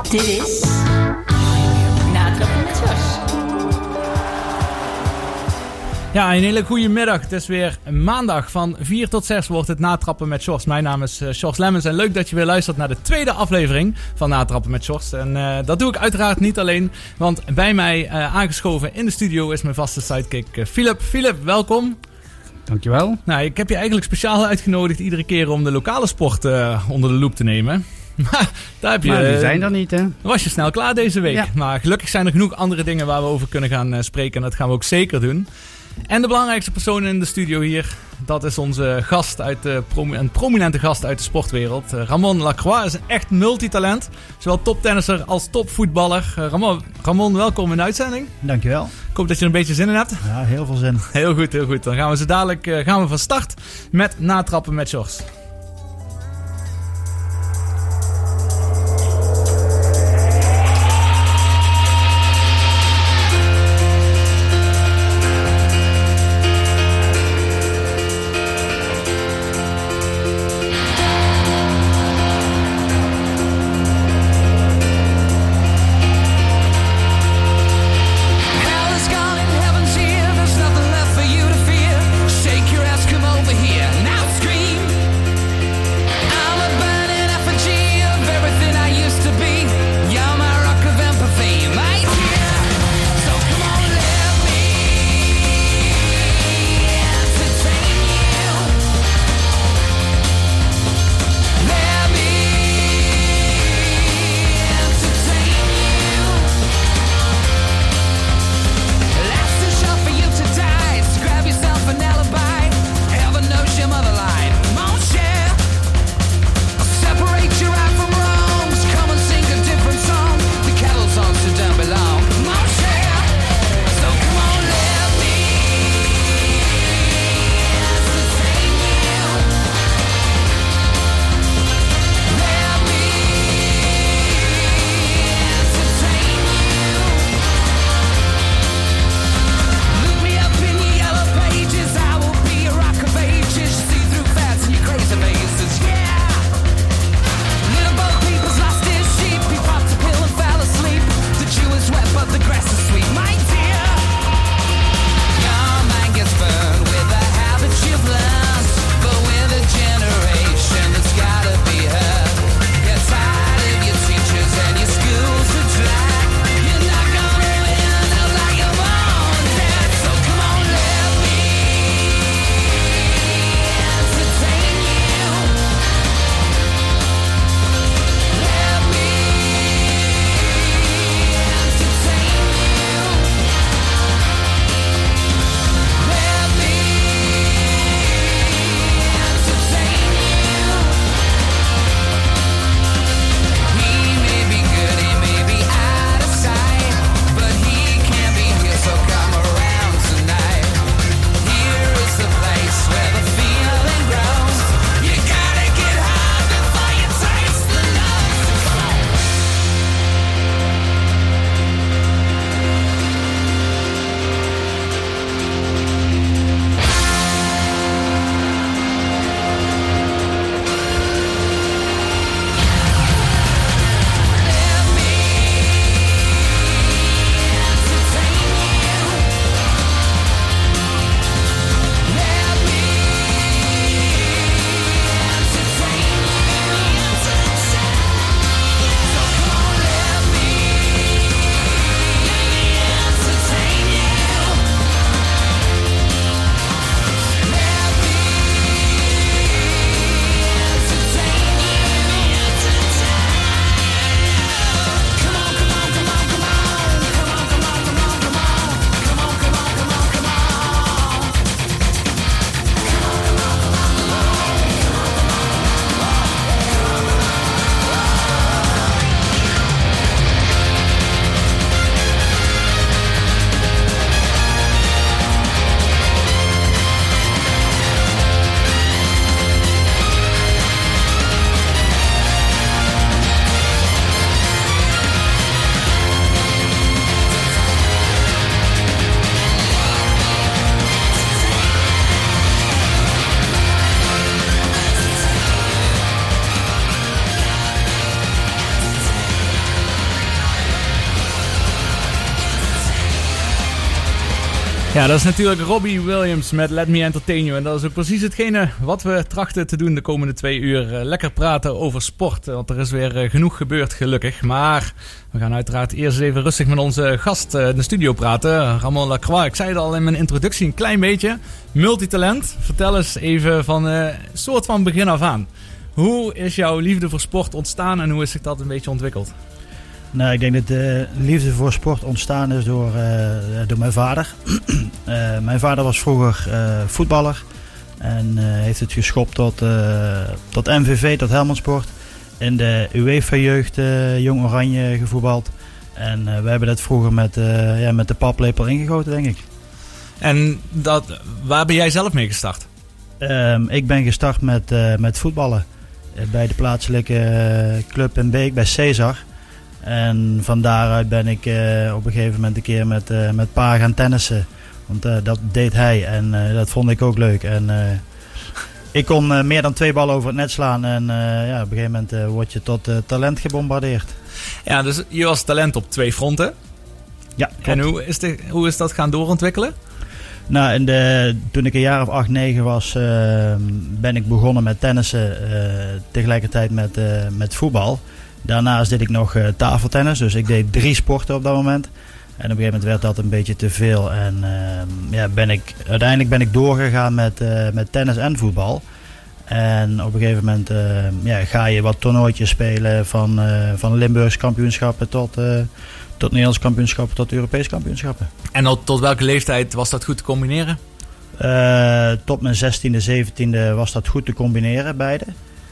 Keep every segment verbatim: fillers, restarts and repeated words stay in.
Dit is Natrappen met Jos. Ja, een hele goede middag. Het is weer maandag van vier tot zes wordt het Natrappen met Jos. Mijn naam is uh, Jos Lemmens en leuk dat je weer luistert naar de tweede aflevering van Natrappen met Jos. En uh, dat doe ik uiteraard niet alleen, want bij mij uh, aangeschoven in de studio is mijn vaste sidekick uh, Philip. Philip, welkom. Dankjewel. Nou, ik heb je eigenlijk speciaal uitgenodigd iedere keer om de lokale sport uh, onder de loep te nemen. Maar daar heb je, maar die zijn er niet, hè? Dan was je snel klaar deze week. Ja. Maar gelukkig zijn er genoeg andere dingen waar we over kunnen gaan uh, spreken. En dat gaan we ook zeker doen. En de belangrijkste persoon in de studio hier, dat is onze gast uit de prom- een prominente gast uit de sportwereld. Uh, Ramon Lacroix is een echt multitalent. Zowel toptennisser als topvoetballer. Uh, Ramon, Ramon, welkom in de uitzending. Dankjewel. Ik hoop dat je er een beetje zin in hebt. Ja, heel veel zin. Heel goed, heel goed. Dan gaan we zo dadelijk uh, gaan we van start met Natrappen met Jos. Here, now scream. Ja, dat is natuurlijk Robbie Williams met Let Me Entertain You. En dat is ook precies hetgene wat we trachten te doen de komende twee uur. Uh, lekker praten over sport, want er is weer uh, genoeg gebeurd gelukkig. Maar we gaan uiteraard eerst even rustig met onze gast uh, in de studio praten. Ramon Lacroix, ik zei het al in mijn introductie een klein beetje. Multitalent, vertel eens even van een uh, soort van begin af aan. Hoe is jouw liefde voor sport ontstaan en hoe is zich dat een beetje ontwikkeld? Nou, ik denk dat de liefde voor sport ontstaan is door, uh, door mijn vader. uh, mijn vader was vroeger uh, voetballer en uh, heeft het geschopt tot, uh, tot M V V, tot Helmond Sport. In de UEFA-jeugd uh, Jong Oranje gevoetbald. En uh, we hebben dat vroeger met, uh, ja, met de paplepel ingegoten, denk ik. En dat, waar ben jij zelf mee gestart? Um, ik ben gestart met, uh, met voetballen uh, bij de plaatselijke uh, club in Beek, bij Cesar. En van daaruit ben ik uh, op een gegeven moment een keer met, uh, met pa gaan tennissen. Want uh, dat deed hij en uh, dat vond ik ook leuk. En uh, ik kon uh, meer dan twee ballen over het net slaan. En uh, ja, op een gegeven moment uh, word je tot uh, talent gebombardeerd. Ja, dus je was talent op twee fronten. Ja, klopt. En hoe is, de, hoe is dat gaan doorontwikkelen? Nou, in de, toen ik een jaar of acht, negen was, uh, ben ik begonnen met tennissen. Uh, tegelijkertijd met, uh, met voetbal. Daarnaast deed ik nog uh, tafeltennis, dus ik deed drie sporten op dat moment. En op een gegeven moment werd dat een beetje te veel. En uh, ja, ben ik, uiteindelijk ben ik doorgegaan met, uh, met tennis en voetbal. En op een gegeven moment uh, ja, ga je wat toernooitjes spelen van, uh, van Limburgs kampioenschappen tot, uh, tot Nederlands kampioenschappen tot Europees kampioenschappen. En tot welke leeftijd was dat goed te combineren? Uh, tot mijn zestiende, zeventiende was dat goed te combineren, beide.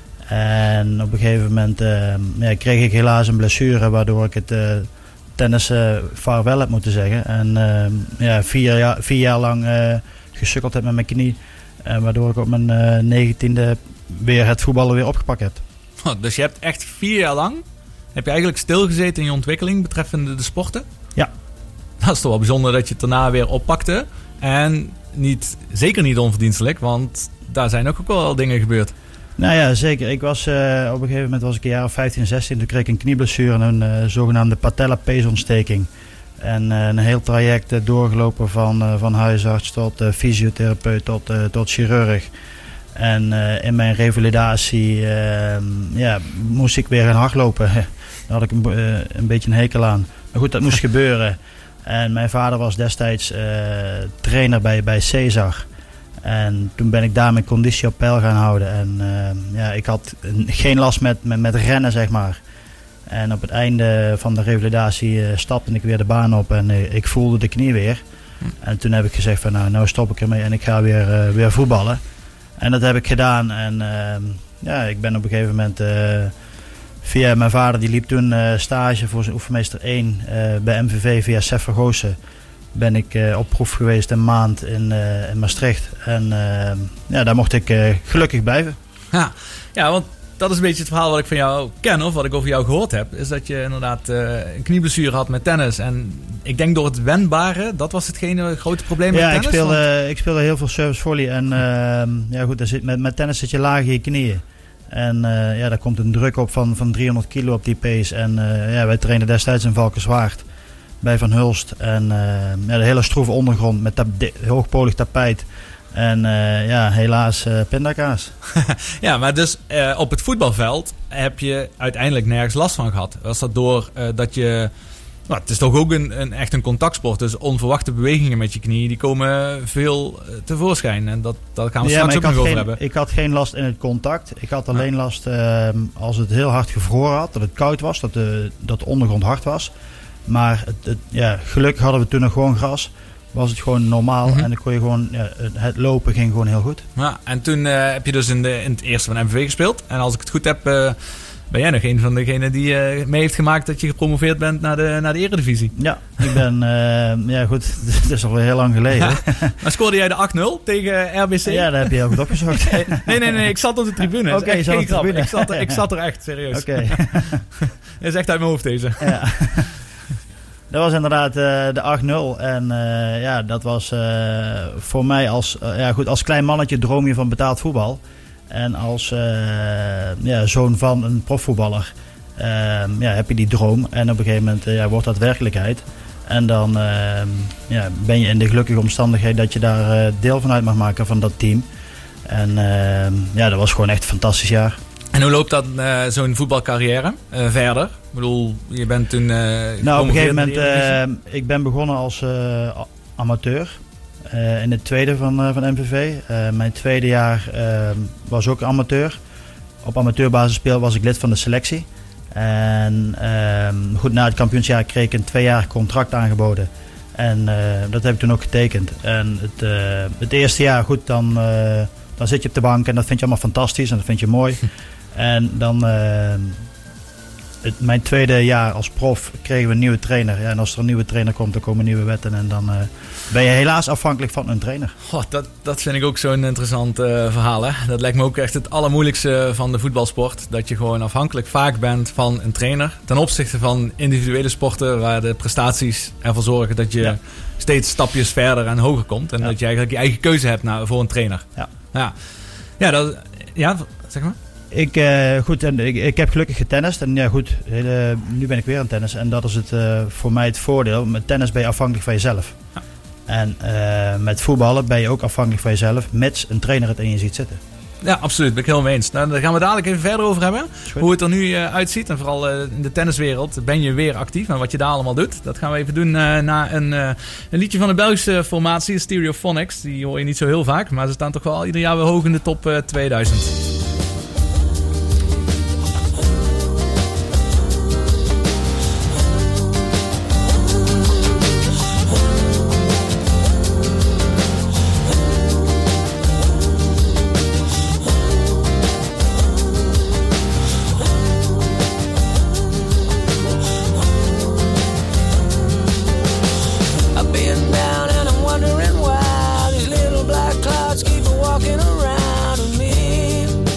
En op een gegeven moment uh, ja, kreeg ik helaas een blessure waardoor ik het uh, tennis uh, vaarwel heb moeten zeggen. En uh, ja, vier, jaar, vier jaar lang uh, gesukkeld heb met mijn knie. Uh, waardoor ik op mijn uh, negentiende weer het voetballen weer opgepakt heb. Oh, dus je hebt echt vier jaar lang, heb je eigenlijk stilgezeten in je ontwikkeling betreffende de sporten? Ja. Dat is toch wel bijzonder dat je het daarna weer oppakte. En niet, zeker niet onverdienstelijk, want daar zijn ook, ook wel dingen gebeurd. Nou ja, zeker. Ik was, uh, op een gegeven moment was ik een jaar of vijftien, zestien. Toen kreeg ik een knieblessure en een uh, zogenaamde patellapeesontsteking. En uh, een heel traject uh, doorgelopen van, uh, van huisarts tot uh, fysiotherapeut tot, uh, tot chirurg. En uh, in mijn revalidatie uh, ja, moest ik weer gaan hardlopen. Daar had ik een, uh, een beetje een hekel aan. Maar goed, dat moest gebeuren. En mijn vader was destijds uh, trainer bij, bij Cesar. En toen ben ik daar mijn conditie op peil gaan houden. En uh, ja, ik had geen last met, met, met rennen, zeg maar. En op het einde van de revalidatie uh, stapte ik weer de baan op en uh, ik voelde de knie weer. Hm. En toen heb ik gezegd van nou, nou stop ik ermee en ik ga weer, uh, weer voetballen. En dat heb ik gedaan. En uh, ja, ik ben op een gegeven moment uh, via mijn vader, die liep toen uh, stage voor zijn oefenmeester één uh, bij M V V via Sef Vergoosen. Ben ik uh, op proef geweest een maand in, uh, in Maastricht. En uh, ja, daar mocht ik uh, gelukkig blijven. Ja. ja, want dat is een beetje het verhaal wat ik van jou ken, of wat ik over jou gehoord heb. Is dat je inderdaad uh, een knieblessure had met tennis. En ik denk door het wendbare, dat was hetgene grote probleem met ja, tennis? Ja, ik speelde, want... ik speelde heel veel service volley. En uh, ja, goed, zit, met, met tennis zit je laag in je knieën. En uh, ja, daar komt een druk op van, van driehonderd kilo op die pace. En uh, ja, wij trainen destijds in Valkenswaard bij Van Hulst. En uh, ja, de hele stroeve ondergrond met tap, hoogpolig tapijt. En uh, ja, helaas uh, pindakaas. Ja, maar dus uh, op het voetbalveld heb je uiteindelijk nergens last van gehad. Was dat door uh, dat je... Nou, het is toch ook een, een, echt een contactsport. Dus onverwachte bewegingen met je knieën, die komen veel uh, tevoorschijn. En dat, dat gaan we ja, straks ook nog geen, over hebben. Ik had geen last in het contact. Ik had alleen ja. last uh, als het heel hard gevroren had. Dat het koud was, dat de, dat de ondergrond hard was. Maar het, het, ja, gelukkig hadden we toen nog gewoon gras. Was het gewoon normaal mm-hmm. en dan kon je gewoon, ja, het lopen ging gewoon heel goed. Ja, en toen uh, heb je dus in, de, in het eerste van M V V gespeeld. En als ik het goed heb, uh, ben jij nog een van degenen die uh, mee heeft gemaakt dat je gepromoveerd bent naar de, naar de Eredivisie. Ja, ik ben, uh, ja goed, dat is alweer heel lang geleden. Ja. Maar scoorde jij de acht nul tegen R B C? Ja, dat heb je heel goed opgezocht. nee, nee, nee, ik zat op de tribune. Oké, okay, je zat op de tribune. Ik zat, er, ik zat er echt, serieus. Oké. Okay. Dat is echt uit mijn hoofd deze. Ja. Dat was inderdaad uh, de acht nul. En uh, ja, dat was uh, voor mij als, uh, ja, goed, als klein mannetje droom je van betaald voetbal. En als uh, ja, zoon van een profvoetballer uh, ja, heb je die droom. En op een gegeven moment uh, ja, wordt dat werkelijkheid. En dan uh, ja, ben je in de gelukkige omstandigheid dat je daar uh, deel van uit mag maken van dat team. En uh, ja, dat was gewoon echt een fantastisch jaar. En hoe loopt dat uh, zo'n voetbalcarrière uh, verder? Ik bedoel, je bent toen... Uh, nou, op een gegeven moment, uh, ik ben begonnen als uh, amateur uh, in het tweede van, uh, van M V V. Uh, mijn tweede jaar uh, was ook amateur. Op amateurbasis was ik lid van de selectie. En uh, goed, na het kampioensjaar kreeg ik een tweejarig contract aangeboden. En uh, dat heb ik toen ook getekend. En het, uh, het eerste jaar, goed, dan, uh, dan zit je op de bank en dat vind je allemaal fantastisch en dat vind je mooi. En dan, uh, het, mijn tweede jaar als prof kregen we een nieuwe trainer. Ja, en als er een nieuwe trainer komt, dan komen nieuwe wetten. En dan uh, ben je helaas afhankelijk van een trainer. Oh, dat, dat vind ik ook zo'n interessant uh, verhaal. Hè? Dat lijkt me ook echt het allermoeilijkste van de voetbalsport. Dat je gewoon afhankelijk vaak bent van een trainer. Ten opzichte van individuele sporten waar de prestaties ervoor zorgen dat je ja. steeds stapjes verder en hoger komt. En ja. dat je eigenlijk je eigen keuze hebt naar, voor een trainer. Ja, ja. ja, dat, ja zeg maar. Ik, uh, goed, en ik, ik heb gelukkig getennist en ja, goed, hele, nu ben ik weer aan het tennis en dat is het, uh, voor mij het voordeel. Met tennis ben je afhankelijk van jezelf. Ja. En uh, met voetballen ben je ook afhankelijk van jezelf, mits een trainer het in je ziet zitten. Ja, absoluut. Ben ik helemaal mee eens. Nou, daar gaan we dadelijk even verder over hebben. Hoe het er nu uh, uitziet. En vooral uh, in de tenniswereld ben je weer actief. En wat je daar allemaal doet. Dat gaan we even doen uh, na een, uh, een liedje van de Belgische formatie. Stereophonics. Die hoor je niet zo heel vaak. Maar ze staan toch wel ieder jaar weer hoog in de top uh, tweeduizend. Walking around me.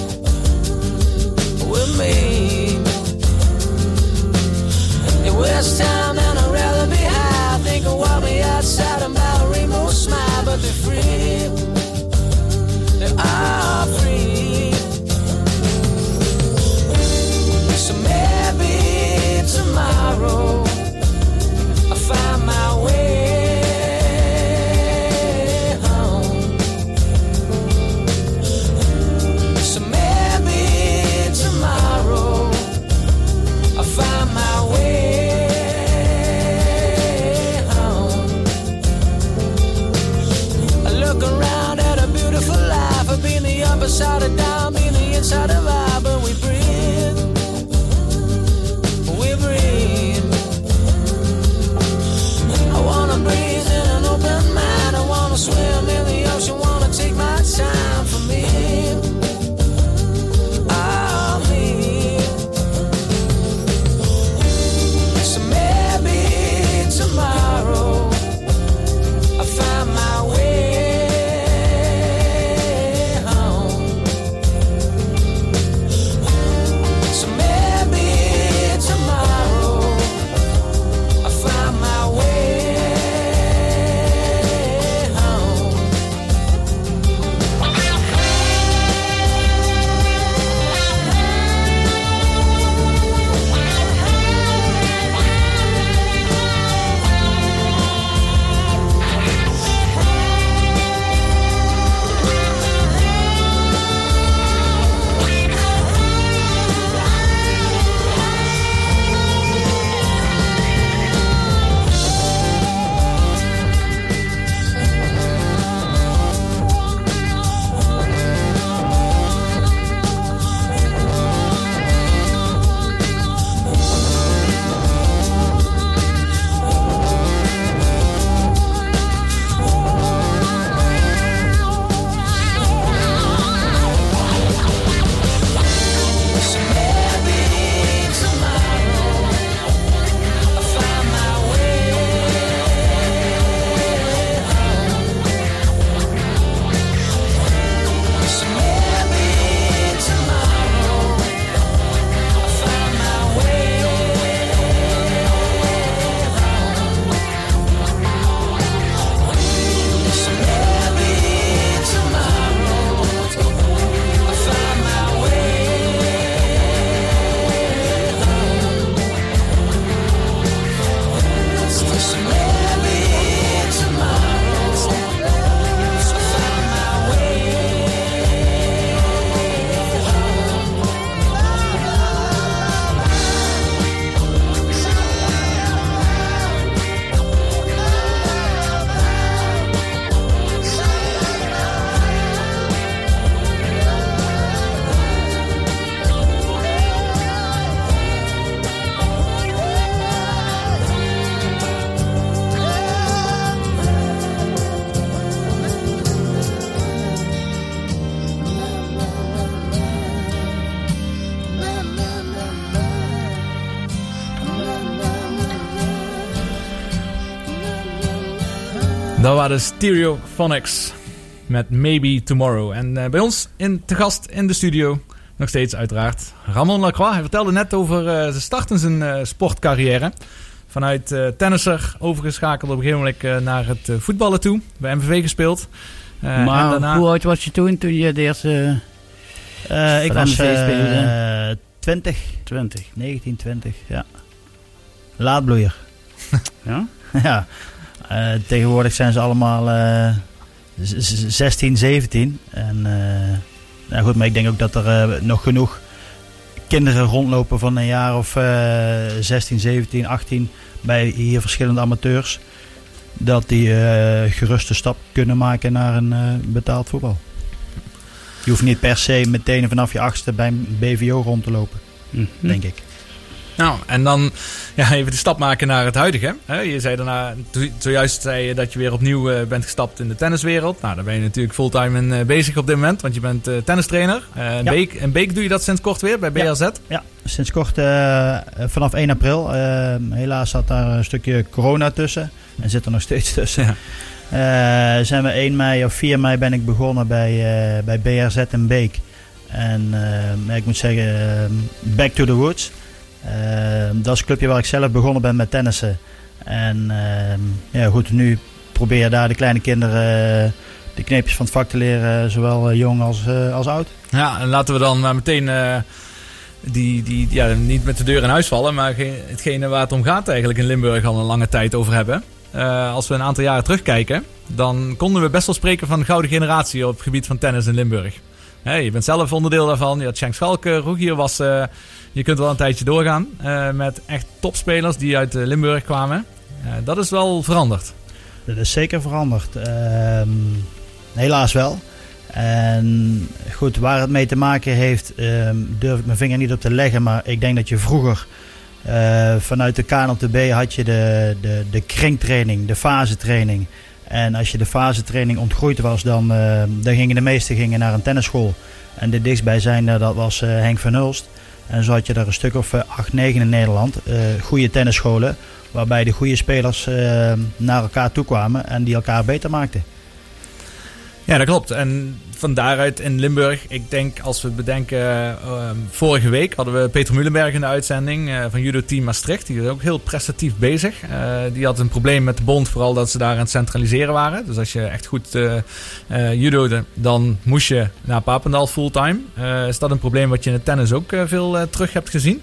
Dat waren de Stereophonics met Maybe Tomorrow. En uh, bij ons in, te gast in de studio, nog steeds uiteraard, Ramon Lacroix. Hij vertelde net over uh, zijn start in zijn uh, sportcarrière. Vanuit uh, tennisser overgeschakeld op een gegeven moment uh, naar het uh, voetballen toe. Bij M V V gespeeld. Uh, maar en daarna... hoe oud was je toen, toen je de eerste... Uh, ik was uh, twintig. twintig. negentien, twintig, ja. Laadbloeier. Ja? Ja. Uh, tegenwoordig zijn ze allemaal uh, zestien, zeventien. En, uh, nou goed, maar ik denk ook dat er uh, nog genoeg kinderen rondlopen van een jaar of uh, zestien, zeventien, achttien bij hier verschillende amateurs. Dat die uh, gerust de stap kunnen maken naar een uh, betaald voetbal. Je hoeft niet per se meteen vanaf je achtste bij een B V O rond te lopen, mm-hmm. denk ik. Nou, en dan ja, even de stap maken naar het huidige. Hè? Je zei daarna, zojuist zei je dat je weer opnieuw uh, bent gestapt in de tenniswereld. Nou, daar ben je natuurlijk fulltime in uh, bezig op dit moment, want je bent uh, tennistrainer. Uh, in, ja. Beek, in Beek doe je dat sinds kort weer bij B R Z? Ja, ja. Sinds kort uh, vanaf één april. Uh, helaas zat daar een stukje corona tussen en zit er nog steeds tussen. Ja. Uh, zijn we één mei of vier mei ben ik begonnen bij, uh, bij B R Z in Beek. En uh, ik moet zeggen, uh, back to the woods. Uh, dat is een clubje waar ik zelf begonnen ben met tennissen. En uh, ja, goed, nu probeer je daar de kleine kinderen uh, de kneepjes van het vak te leren, zowel uh, jong als, uh, als oud. Ja, en laten we dan maar meteen uh, die, die, ja, niet met de deur in huis vallen, maar hetgene waar het om gaat eigenlijk in Limburg al een lange tijd over hebben. Uh, als we een aantal jaren terugkijken, dan konden we best wel spreken van een gouden generatie op het gebied van tennis in Limburg. Hey, je bent zelf onderdeel daarvan. Je had Schenk Schalke, Rogier was... Uh, je kunt wel een tijdje doorgaan uh, met echt topspelers die uit uh, Limburg kwamen. Uh, dat is wel veranderd. Dat is zeker veranderd. Uh, helaas wel. En goed, waar het mee te maken heeft, uh, durf ik mijn vinger niet op te leggen. Maar ik denk dat je vroeger uh, vanuit de K N L T B had je de, de, de kringtraining, de fasetraining. En als je de fasetraining ontgroeid was, dan, uh, dan gingen de meesten gingen naar een tennisschool. En de dichtstbijzijnde, dat was uh, Henk van Hulst. En zo had je er een stuk of uh, acht, negen in Nederland. Uh, goede tennisscholen, waarbij de goede spelers uh, naar elkaar toe kwamen en die elkaar beter maakten. Ja, dat klopt. En van daaruit in Limburg, ik denk als we bedenken, uh, vorige week hadden we Peter Muhlenberg in de uitzending uh, van Judo Team Maastricht. Die is ook heel prestatief bezig. Uh, die had een probleem met de bond, vooral dat ze daar aan het centraliseren waren. Dus als je echt goed uh, uh, judode, dan moest je naar Papendal fulltime. Uh, is dat een probleem wat je in het tennis ook uh, veel uh, terug hebt gezien?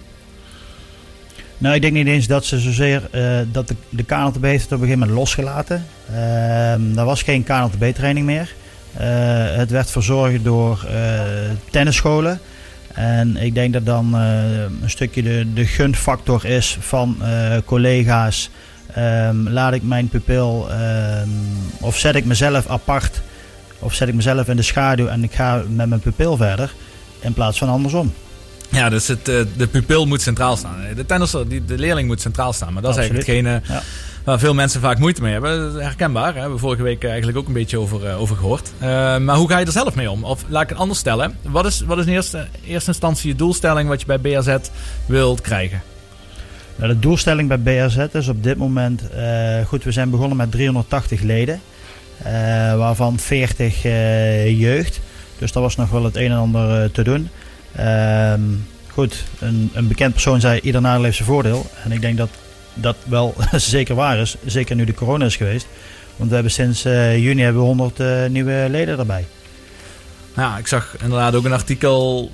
Nou, ik denk niet eens dat ze zozeer uh, dat de, de K N L T B heeft het op een gegeven moment losgelaten. Uh, er was geen K N L T B training meer. Uh, het werd verzorgd door uh, tennisscholen. En ik denk dat dan uh, een stukje de, de gunfactor is van uh, collega's. Um, laat ik mijn pupil um, of zet ik mezelf apart of zet ik mezelf in de schaduw en ik ga met mijn pupil verder in plaats van andersom. Ja, dus het, de pupil moet centraal staan. De tennisser, de leerling moet centraal staan. Maar dat is Absoluut. eigenlijk hetgene ja. waar veel mensen vaak moeite mee hebben. Dat is herkenbaar. Hè? We hebben vorige week eigenlijk ook een beetje over, uh, over gehoord. Uh, maar hoe ga je er zelf mee om? Of laat ik het anders stellen. Wat is, wat is in eerste, eerste instantie je doelstelling wat je bij B R Z wilt krijgen? Nou, de doelstelling bij B R Z is op dit moment... Uh, goed, we zijn begonnen met driehonderdtachtig leden. Uh, waarvan veertig uh, jeugd. Dus dat was nog wel het een en ander uh, te doen. Uh, goed, een, een bekend persoon zei ieder nadeel heeft zijn voordeel. En ik denk dat dat wel zeker waar is. Zeker nu de corona is geweest. Want we hebben sinds uh, juni hebben we honderd uh, nieuwe leden erbij. Ja, ik zag inderdaad ook een artikel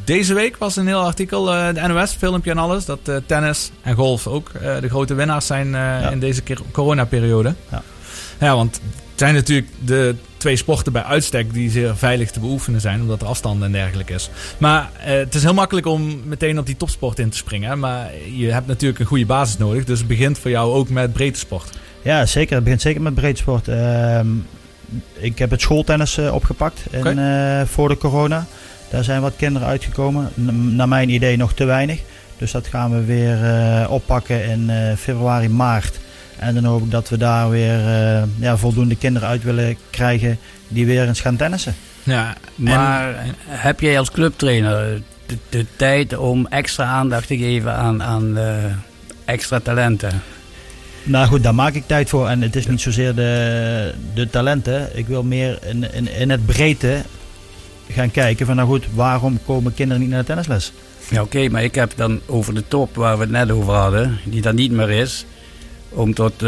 deze week was een heel artikel, uh, de N O S, filmpje en alles, dat uh, tennis en golf ook uh, de grote winnaars zijn uh, ja. in deze coronaperiode. Ja. ja, want het zijn natuurlijk de twee sporten bij uitstek die zeer veilig te beoefenen zijn, omdat er afstand en dergelijke is. Maar uh, het is heel makkelijk om meteen op die topsport in te springen. Hè? Maar je hebt natuurlijk een goede basis nodig, dus het begint voor jou ook met breedtesport. Ja, zeker. Het begint zeker met breedtesport. Uh, ik heb het schooltennis uh, opgepakt in, okay. uh, voor de corona. Daar zijn wat kinderen uitgekomen. N- naar mijn idee nog te weinig. Dus dat gaan we weer uh, oppakken in uh, februari, maart. En dan hoop ik dat we daar weer uh, ja, voldoende kinderen uit willen krijgen die weer eens gaan tennissen. Ja, maar en, heb jij als clubtrainer de, de tijd om extra aandacht te geven aan, aan uh, extra talenten? Nou goed, daar maak ik tijd voor. En het is niet zozeer de, de talenten. Ik wil meer in, in, in het breedte gaan kijken van nou goed, waarom komen kinderen niet naar de tennisles? Ja oké, okay, maar ik heb dan over de top waar we het net over hadden, die dan niet meer is, om tot uh,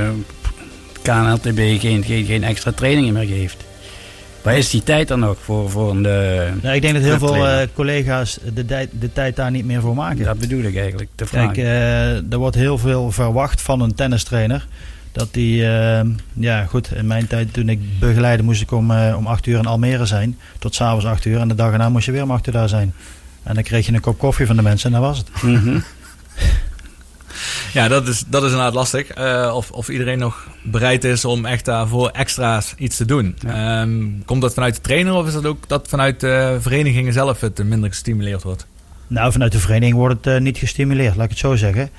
K N L T B geen, geen, geen extra trainingen meer geeft. Waar is die tijd dan nog voor, voor een uh, nou, ik denk dat heel veel uh, collega's de, de, de tijd daar niet meer voor maken. Dat bedoel ik eigenlijk, de vraag. Kijk, uh, er wordt heel veel verwacht van een tennistrainer. Dat die, uh, ja goed, in mijn tijd toen ik begeleidde moest ik om, uh, om acht uur in Almere zijn. Tot 's avonds acht uur en de dag erna moest je weer om acht uur daar zijn. En dan kreeg je een kop koffie van de mensen en dat was het. Mm-hmm. Ja, dat is, dat is inderdaad lastig. Uh, of, of iedereen nog bereid is om echt daarvoor extra's iets te doen. Ja. Um, komt dat vanuit de trainer of is dat ook dat vanuit de verenigingen zelf het minder gestimuleerd wordt? Nou, vanuit de vereniging wordt het uh, niet gestimuleerd, laat ik het zo zeggen.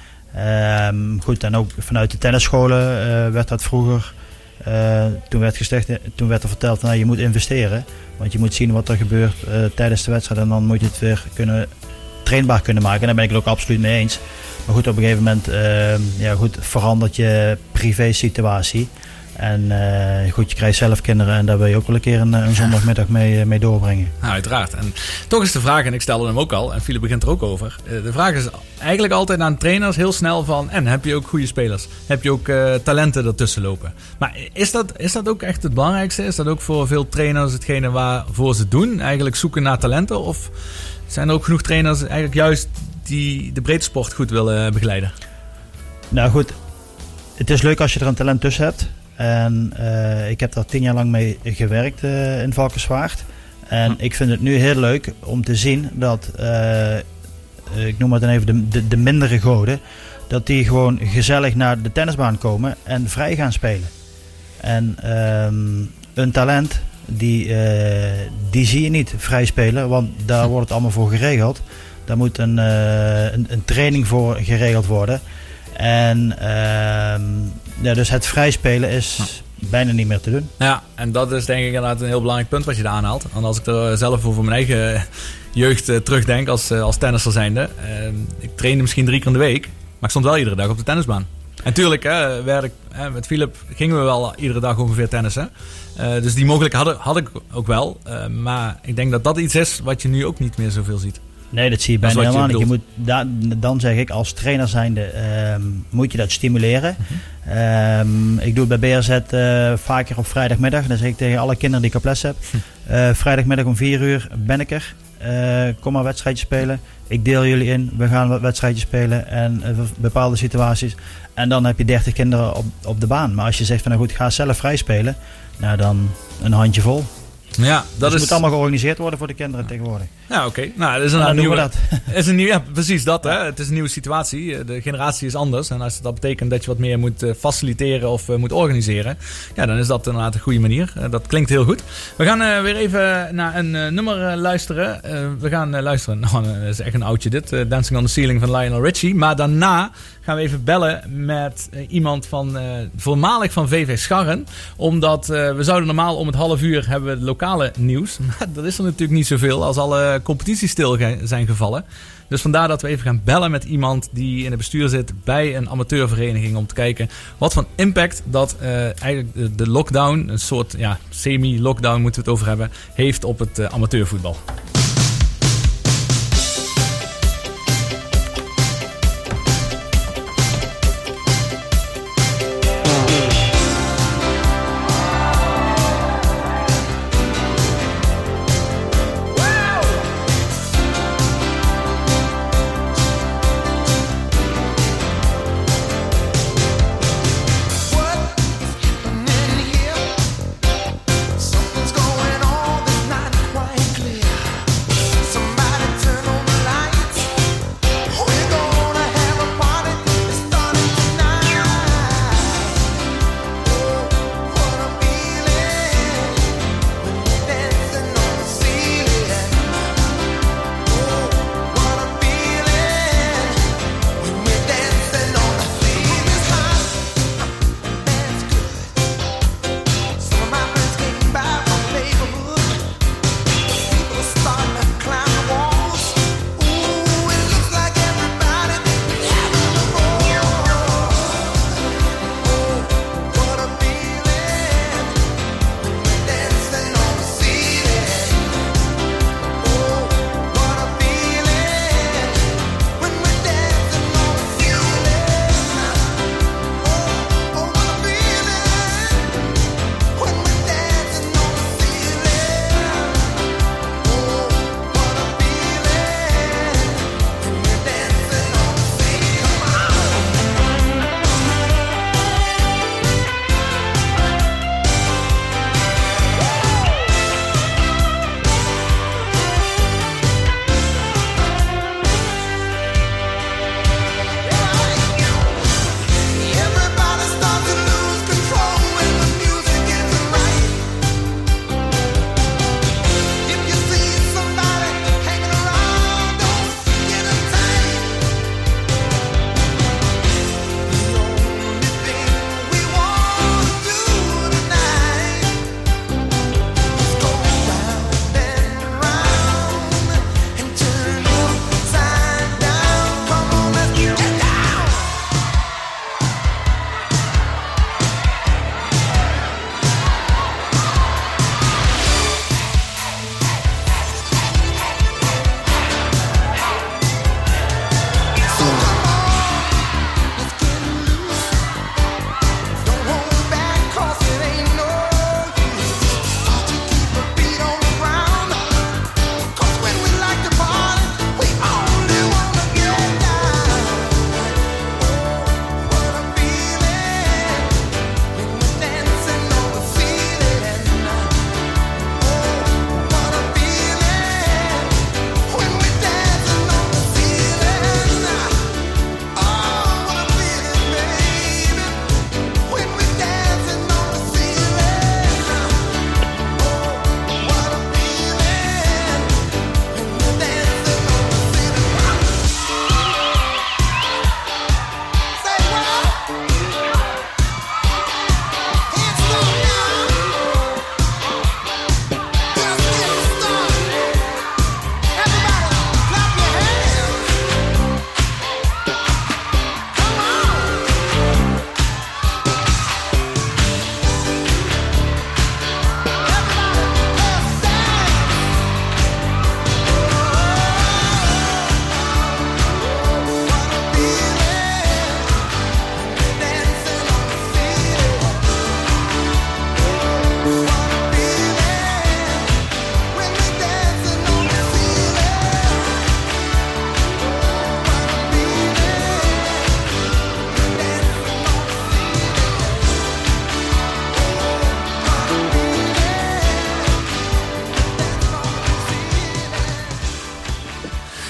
Um, goed, en ook vanuit de tennisscholen uh, werd dat vroeger. Uh, toen, werd gesticht, toen werd er verteld, nou, je moet investeren. Want je moet zien wat er gebeurt uh, tijdens de wedstrijd. En dan moet je het weer kunnen, trainbaar kunnen maken. En daar ben ik het ook absoluut mee eens. Maar goed, op een gegeven moment uh, ja, goed, verandert je privé situatie. En uh, goed, je krijgt zelf kinderen en daar wil je ook wel een keer een, een zondagmiddag mee, mee doorbrengen. Nou, uiteraard. En toch is de vraag, en ik stelde hem ook al, en Philip begint er ook over. De vraag is eigenlijk altijd aan trainers heel snel van, en heb je ook goede spelers? Heb je ook uh, talenten ertussen lopen? Maar is dat, is dat ook echt het belangrijkste? Is dat ook voor veel trainers hetgene waarvoor ze doen? Eigenlijk zoeken naar talenten? Of zijn er ook genoeg trainers eigenlijk juist die de breedtesport goed willen begeleiden? Nou goed, het is leuk als je er een talent tussen hebt. En uh, ik heb daar tien jaar lang mee gewerkt uh, in Valkenswaard. En hm. ik vind het nu heel leuk om te zien dat, uh, ik noem het dan even de, de, de mindere goden, dat die gewoon gezellig naar de tennisbaan komen en vrij gaan spelen. En um, een talent, die, uh, die zie je niet vrij spelen, want daar wordt het allemaal voor geregeld. Daar moet een, uh, een, een training voor geregeld worden. En uh, ja, dus het vrij spelen is ja. bijna niet meer te doen. Ja, en dat is denk ik inderdaad een heel belangrijk punt wat je daar aanhaalt. En als ik er zelf over mijn eigen jeugd uh, terugdenk als, uh, als tennisser zijnde. Uh, ik trainde misschien drie keer in de week, maar ik stond wel iedere dag op de tennisbaan. En tuurlijk, hè, werd ik, hè, met Philip gingen we wel iedere dag ongeveer tennissen. Uh, dus die mogelijkheid had, had ik ook wel. Uh, maar ik denk dat dat iets is wat je nu ook niet meer zoveel ziet. Nee, dat zie je bijna helemaal niet. Je moet, da, dan zeg ik, als trainer zijnde um, moet je dat stimuleren. Mm-hmm. Um, ik doe het bij B R Z uh, vaker op vrijdagmiddag. Dan zeg ik tegen alle kinderen die ik op les heb. Uh, vrijdagmiddag om vier uur ben ik er. Uh, kom maar wedstrijdjes spelen. Ik deel jullie in. We gaan wat wedstrijdjes spelen. En uh, bepaalde situaties. En dan heb je dertig kinderen op, op de baan. Maar als je zegt van nou goed, ga zelf vrij spelen. Nou dan een handje vol. Ja, dat dus het is... moet allemaal georganiseerd worden voor de kinderen tegenwoordig. Ja, oké. Okay. Nou, dat is een, een nieuwe... dat. is een nieuwe, ja, precies dat. Hè. Het is een nieuwe situatie. De generatie is anders. En als dat betekent dat je wat meer moet uh, faciliteren of uh, moet organiseren, ja, dan is dat inderdaad een goede manier. Uh, dat klinkt heel goed. We gaan uh, weer even naar een uh, nummer uh, luisteren. Uh, we gaan uh, luisteren. Nou, dat is echt een oudje dit. Uh, Dancing on the Ceiling van Lionel Richie. Maar daarna gaan we even bellen met uh, iemand van uh, voormalig van V V Scharren. Omdat uh, we zouden normaal om het half uur hebben we lokale nieuws. Maar dat is er natuurlijk niet zoveel als alle competities stil zijn gevallen. Dus vandaar dat we even gaan bellen met iemand die in het bestuur zit bij een amateurvereniging. Om te kijken wat voor impact dat uh, eigenlijk de, de lockdown, een soort ja, semi-lockdown moeten we het over hebben, heeft op het uh, amateurvoetbal.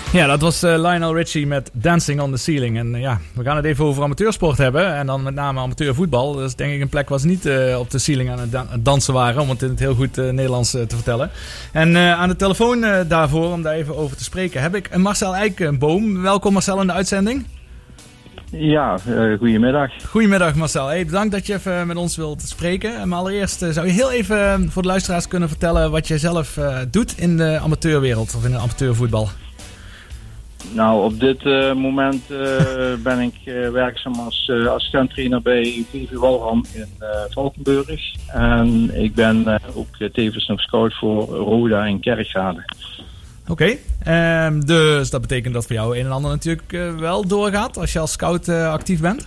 Ja, dat was uh, Lionel Richie met Dancing on the Ceiling. En uh, ja, we gaan het even over amateursport hebben. En dan met name amateurvoetbal. Dat is denk ik een plek waar ze niet uh, op de ceiling aan het da- dansen waren. Om het in het heel goed uh, Nederlands uh, te vertellen. En uh, aan de telefoon uh, daarvoor, om daar even over te spreken, heb ik Marcel Eikenboom. Welkom Marcel in de uitzending. Ja, uh, goedemiddag. Goedemiddag Marcel. Hey, bedankt dat je even met ons wilt spreken. Maar allereerst uh, zou je heel even uh, voor de luisteraars kunnen vertellen wat je zelf uh, doet in de amateurwereld of in de amateurvoetbal. Nou, op dit uh, moment uh, ben ik uh, werkzaam als uh, assistent-trainer bij V V Walram in uh, Valkenburg. En ik ben uh, ook uh, tevens nog scout voor Roda in Kerkrade. Oké, okay. um, dus dat betekent dat voor jou een en ander natuurlijk uh, wel doorgaat als je als scout uh, actief bent?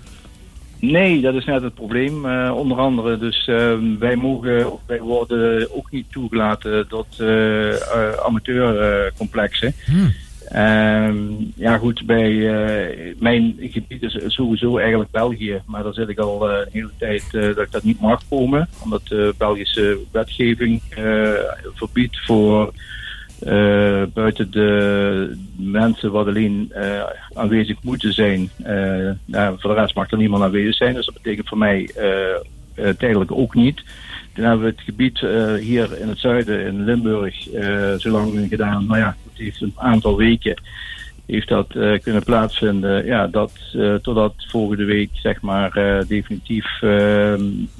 Nee, dat is net het probleem. Uh, onder andere, dus uh, wij mogen, of wij worden ook niet toegelaten tot uh, uh, amateurcomplexen. Uh, hmm. Um, ja goed, bij uh, mijn gebied is sowieso eigenlijk België, maar daar zit ik al uh, een hele tijd uh, dat ik dat niet mag komen, omdat de Belgische wetgeving uh, verbiedt voor uh, buiten de mensen wat alleen uh, aanwezig moeten zijn. Uh, nou, voor de rest mag er niemand aanwezig zijn, dus dat betekent voor mij uh, uh, tijdelijk ook niet. Toen hebben we het gebied uh, hier in het zuiden, in Limburg, uh, zo lang gedaan. Nou ja, het heeft een aantal weken heeft dat uh, kunnen plaatsvinden. Ja, dat uh, totdat volgende week zeg maar uh, definitief uh,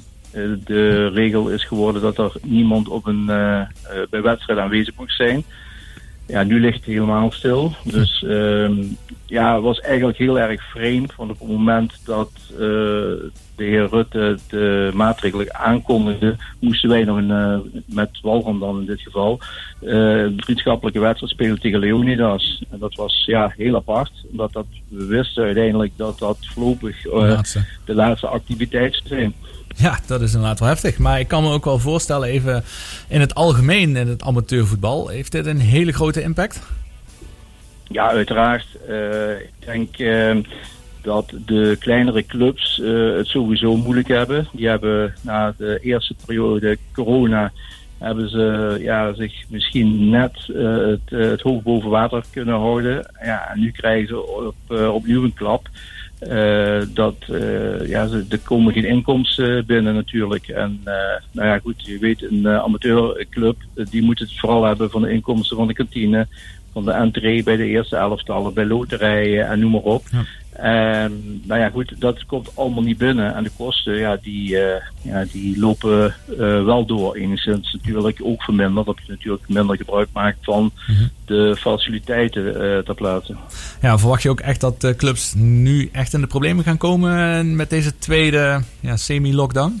de regel is geworden dat er niemand op een uh, uh, bij wedstrijd aanwezig moet zijn. Ja, nu ligt het helemaal stil. Dus uh, ja, het was eigenlijk heel erg vreemd. Want op het moment dat uh, de heer Rutte de maatregelen aankondigde, moesten wij nog een, uh, met Walram dan in dit geval, uh, een vriendschappelijke wedstrijd spelen tegen Leonidas. En dat was ja heel apart. Omdat dat, we wisten uiteindelijk dat dat voorlopig uh, laatste. de laatste activiteit zou zijn. Ja, dat is inderdaad wel heftig. Maar ik kan me ook wel voorstellen, even in het algemeen, in het amateurvoetbal, heeft dit een hele grote impact? Ja, uiteraard. Uh, ik denk uh, dat de kleinere clubs uh, het sowieso moeilijk hebben. Die hebben na de eerste periode corona hebben ze ja, zich misschien net uh, het, uh, het hoofd boven water kunnen houden. Ja, en nu krijgen ze op, uh, opnieuw een klap. Uh, dat uh, ja, er komen geen inkomsten binnen natuurlijk. En uh, nou ja, goed, je weet, een uh, amateurclub uh, die moet het vooral hebben van de inkomsten van de kantine, van de entree bij de eerste elftallen, bij loterijen en noem maar op. Ja. En nou ja, goed, dat komt allemaal niet binnen. En de kosten, ja, die, uh, ja, die lopen uh, wel door. Enigszins natuurlijk ook verminderd, dat je natuurlijk minder gebruik maakt van mm-hmm. de faciliteiten uh, ter plaatse. Ja, verwacht je ook echt dat uh, clubs nu echt in de problemen gaan komen met deze tweede ja, semi-lockdown?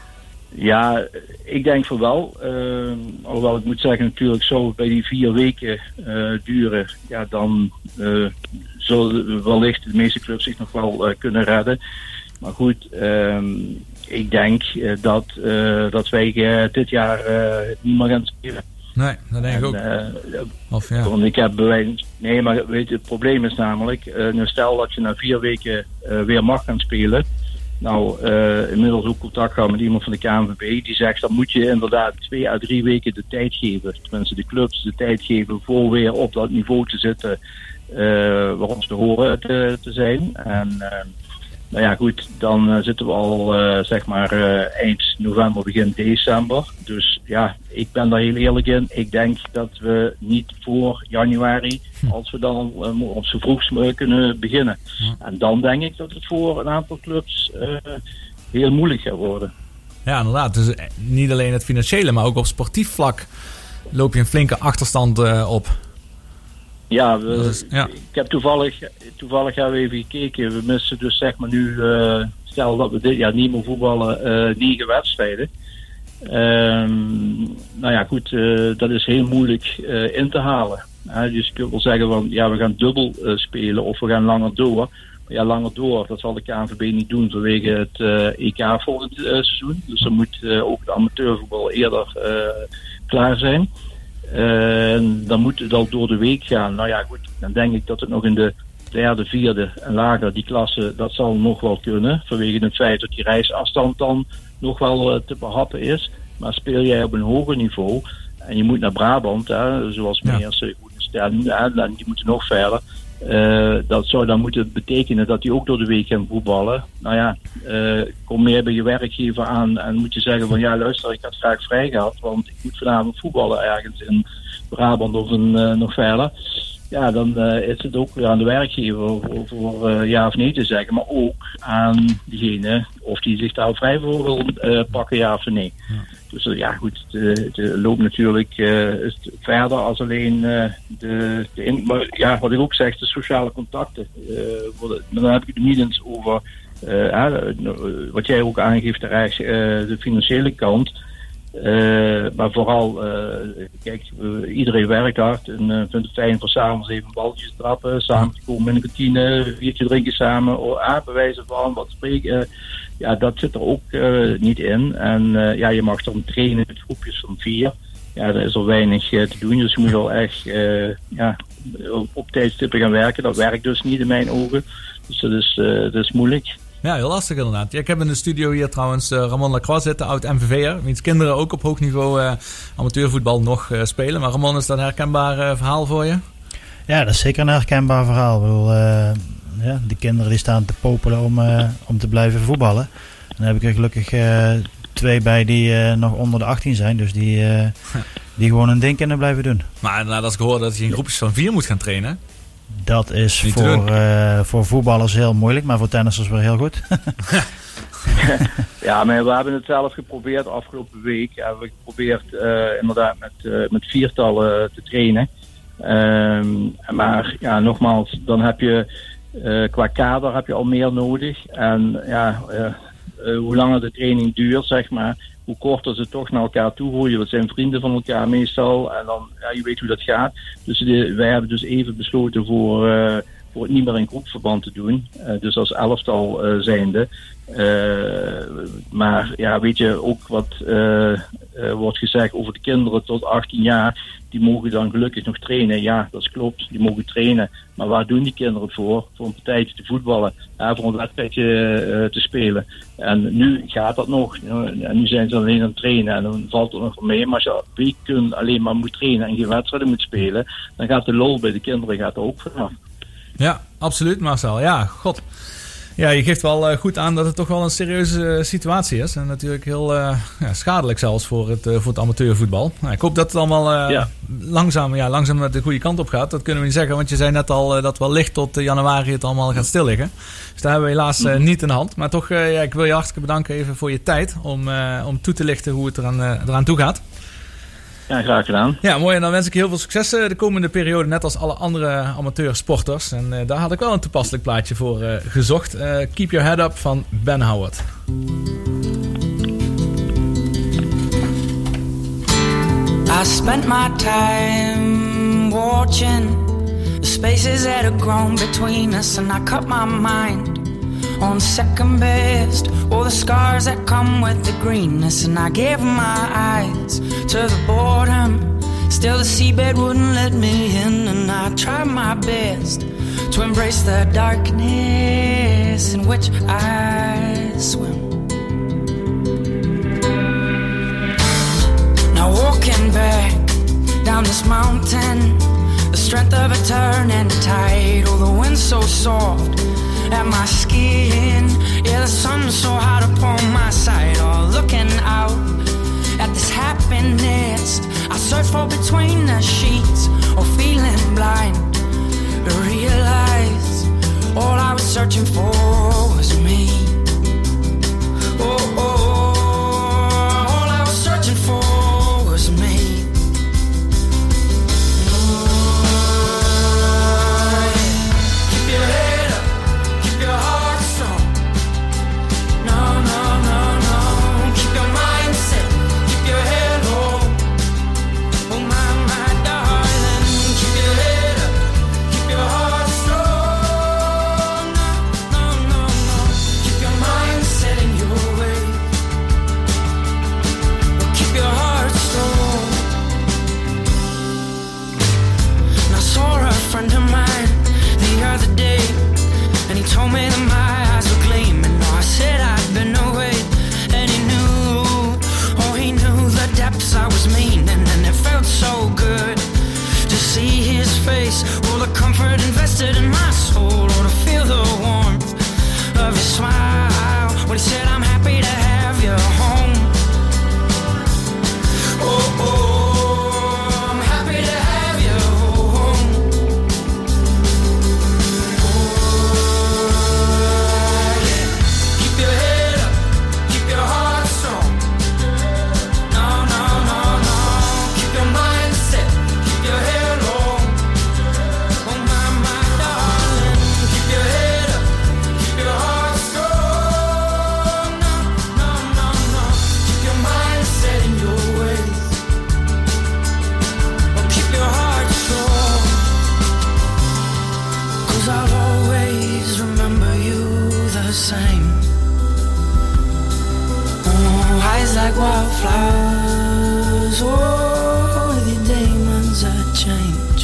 Ja, ik denk van wel. Uh, alhoewel ik moet zeggen natuurlijk zo bij die vier weken uh, duren, ja, dan uh, zullen wellicht de meeste clubs zich nog wel uh, kunnen redden. Maar goed, uh, ik denk uh, dat, uh, dat wij uh, dit jaar uh, niet meer gaan spelen. Nee, dat denk ik ook. Uh, of, ja. Want ik heb bewijs. Nee, maar weet je, het probleem is namelijk, uh, nu stel dat je na vier weken uh, weer mag gaan spelen. Nou, uh, inmiddels ook contact gehad met iemand van de K N V B. Die zegt, dan moet je inderdaad twee à drie weken de tijd geven. Tenminste, de clubs de tijd geven voor weer op dat niveau te zitten uh, waarom ze horen te, te zijn. En uh, nou ja, goed, dan uh, zitten we al uh, zeg maar uh, eind november, begin december. Dus ja, ik ben daar heel eerlijk in. Ik denk dat we niet voor januari, als we dan uh, op z'n vroegst uh, kunnen beginnen. Ja. En dan denk ik dat het voor een aantal clubs uh, heel moeilijk gaat worden. Ja, inderdaad. Dus niet alleen het financiële, maar ook op sportief vlak loop je een flinke achterstand uh, op. Ja, we, is, ja, ik heb toevallig, toevallig hebben we even gekeken. We missen dus zeg maar nu, uh, stel dat we dit jaar niet meer voetballen, uh, negen wedstrijden. Um, nou ja, goed, uh, dat is heel moeilijk uh, in te halen. Uh, dus je kunt wel zeggen van, ja, we gaan dubbel uh, spelen of we gaan langer door. Maar ja, langer door, dat zal de K N V B niet doen vanwege het uh, E K volgend uh, seizoen. Dus dan moet uh, ook de amateurvoetbal eerder uh, klaar zijn. Uh, dan moet het al door de week gaan. Nou ja, goed, dan denk ik dat het nog in de derde, vierde en lager, die klasse, dat zal nog wel kunnen. Vanwege het feit dat die reisafstand dan nog wel uh, te behappen is. Maar speel jij op een hoger niveau en je moet naar Brabant, hè, zoals meneer ja. dus ja, die moeten nog verder. Uh, dat zou dan moeten betekenen dat die ook door de week gaan voetballen. Nou ja, uh, kom meer bij je werkgever aan en moet je zeggen van ja luister, ik had graag vrij gehad, want ik moet vanavond voetballen ergens in Brabant of in, uh, nog verder. Ja, dan uh, is het ook weer aan de werkgever voor uh, ja of nee te zeggen, maar ook aan diegene of die zich daar vrij voor wil uh, pakken, ja of nee. Ja. Dus uh, ja goed, het loopt natuurlijk uh, verder als alleen uh, de, de in, maar, ja, wat ik ook zeg, de sociale contacten. Uh, worden, maar dan heb ik het niet eens over uh, uh, wat jij ook aangeeft, terecht, uh, de financiële kant. Uh, maar vooral, uh, kijk, uh, iedereen werkt hard en uh, vindt het fijn voor s'avonds even balletjes trappen, samen te komen in de kantine, een biertje drinken samen, of ah, bewijzen van wat spreken. Uh, ja, dat zit er ook uh, niet in. En uh, ja, je mag dan trainen met groepjes van vier. Ja, daar is er weinig uh, te doen, dus je moet wel echt uh, ja, op, op tijdstippen gaan werken. Dat werkt dus niet in mijn ogen, dus dat is, uh, dat is moeilijk. Ja, heel lastig inderdaad. Ja, ik heb in de studio hier trouwens uh, Ramon Lacroix zitten, oud-M V V'er. Wiens kinderen ook op hoog niveau uh, amateurvoetbal nog uh, spelen. Maar Ramon, is dat een herkenbaar uh, verhaal voor je? Ja, dat is zeker een herkenbaar verhaal. Ik bedoel, uh, ja, die kinderen die staan te popelen om, uh, om te blijven voetballen. En dan heb ik er gelukkig uh, twee bij die uh, nog onder de achttien zijn. Dus die, uh, die gewoon een ding kunnen blijven doen. Maar nadat ik hoorde dat je in groepjes van vier moet gaan trainen... Dat is voor, uh, voor voetballers heel moeilijk, maar voor tennissers weer heel goed. Ja, maar we hebben het zelf geprobeerd afgelopen week. We hebben geprobeerd uh, inderdaad met, uh, met viertallen te trainen. Um, maar ja, nogmaals, dan heb je uh, qua kader heb je al meer nodig. En ja, uh, uh, hoe langer de training duurt, zeg maar, hoe korter ze toch naar elkaar toe groeien. Dat zijn vrienden van elkaar meestal. En dan, ja, je weet hoe dat gaat. Dus de, wij hebben dus even besloten voor, uh, voor het niet meer in groepverband te doen. Uh, dus als elftal uh, zijnde. Uh, maar ja, weet je ook wat uh, uh, wordt gezegd over de kinderen tot achttien jaar. Die mogen dan gelukkig nog trainen. Ja, dat klopt. Die mogen trainen. Maar waar doen die kinderen het voor? Voor een partijtje te voetballen. Ja, voor een wedstrijdje uh, te spelen. En nu gaat dat nog. En nu zijn ze alleen aan het trainen. En dan valt het nog wel mee. Maar als je weken alleen maar moet trainen en geen wedstrijden moet spelen. Dan gaat de lol bij de kinderen gaat er ook vanaf. Ja, absoluut Marcel. Ja, god. Ja, je geeft wel uh, goed aan dat het toch wel een serieuze uh, situatie is. En natuurlijk heel uh, ja, schadelijk zelfs voor het, uh, voor het amateurvoetbal. Nou, ik hoop dat het allemaal uh, ja. langzaam, ja, langzaam de goede kant op gaat. Dat kunnen we niet zeggen, want je zei net al uh, dat wellicht tot uh, januari het allemaal gaat stilliggen. Dus daar hebben we helaas uh, niet in de hand. Maar toch, uh, ja, ik wil je hartstikke bedanken even voor je tijd om, uh, om toe te lichten hoe het eraan, uh, eraan toe gaat. Ja, graag gedaan. Ja, mooi. En dan wens ik je heel veel succes de komende periode, net als alle andere amateursporters. En uh, daar had ik wel een toepasselijk plaatje voor uh, gezocht. Uh, Keep Your Head Up van Ben Howard. I spent my time watching the spaces that have grown between us, and I cut my mind on second best, all the scars that come with the greenness. And I gave my eyes to the boredom, still the seabed wouldn't let me in. And I tried my best to embrace the darkness in which I swim. Now walking back down this mountain, the strength of a turning tide, oh the wind's so soft at my skin, yeah the sun's so hot upon my side. Oh, looking out at this happiness I search for between the sheets, or feeling blind to realize all I was searching for was me. Oh, oh, all I was searching for was me. like wildflowers. Oh, with your demons I change.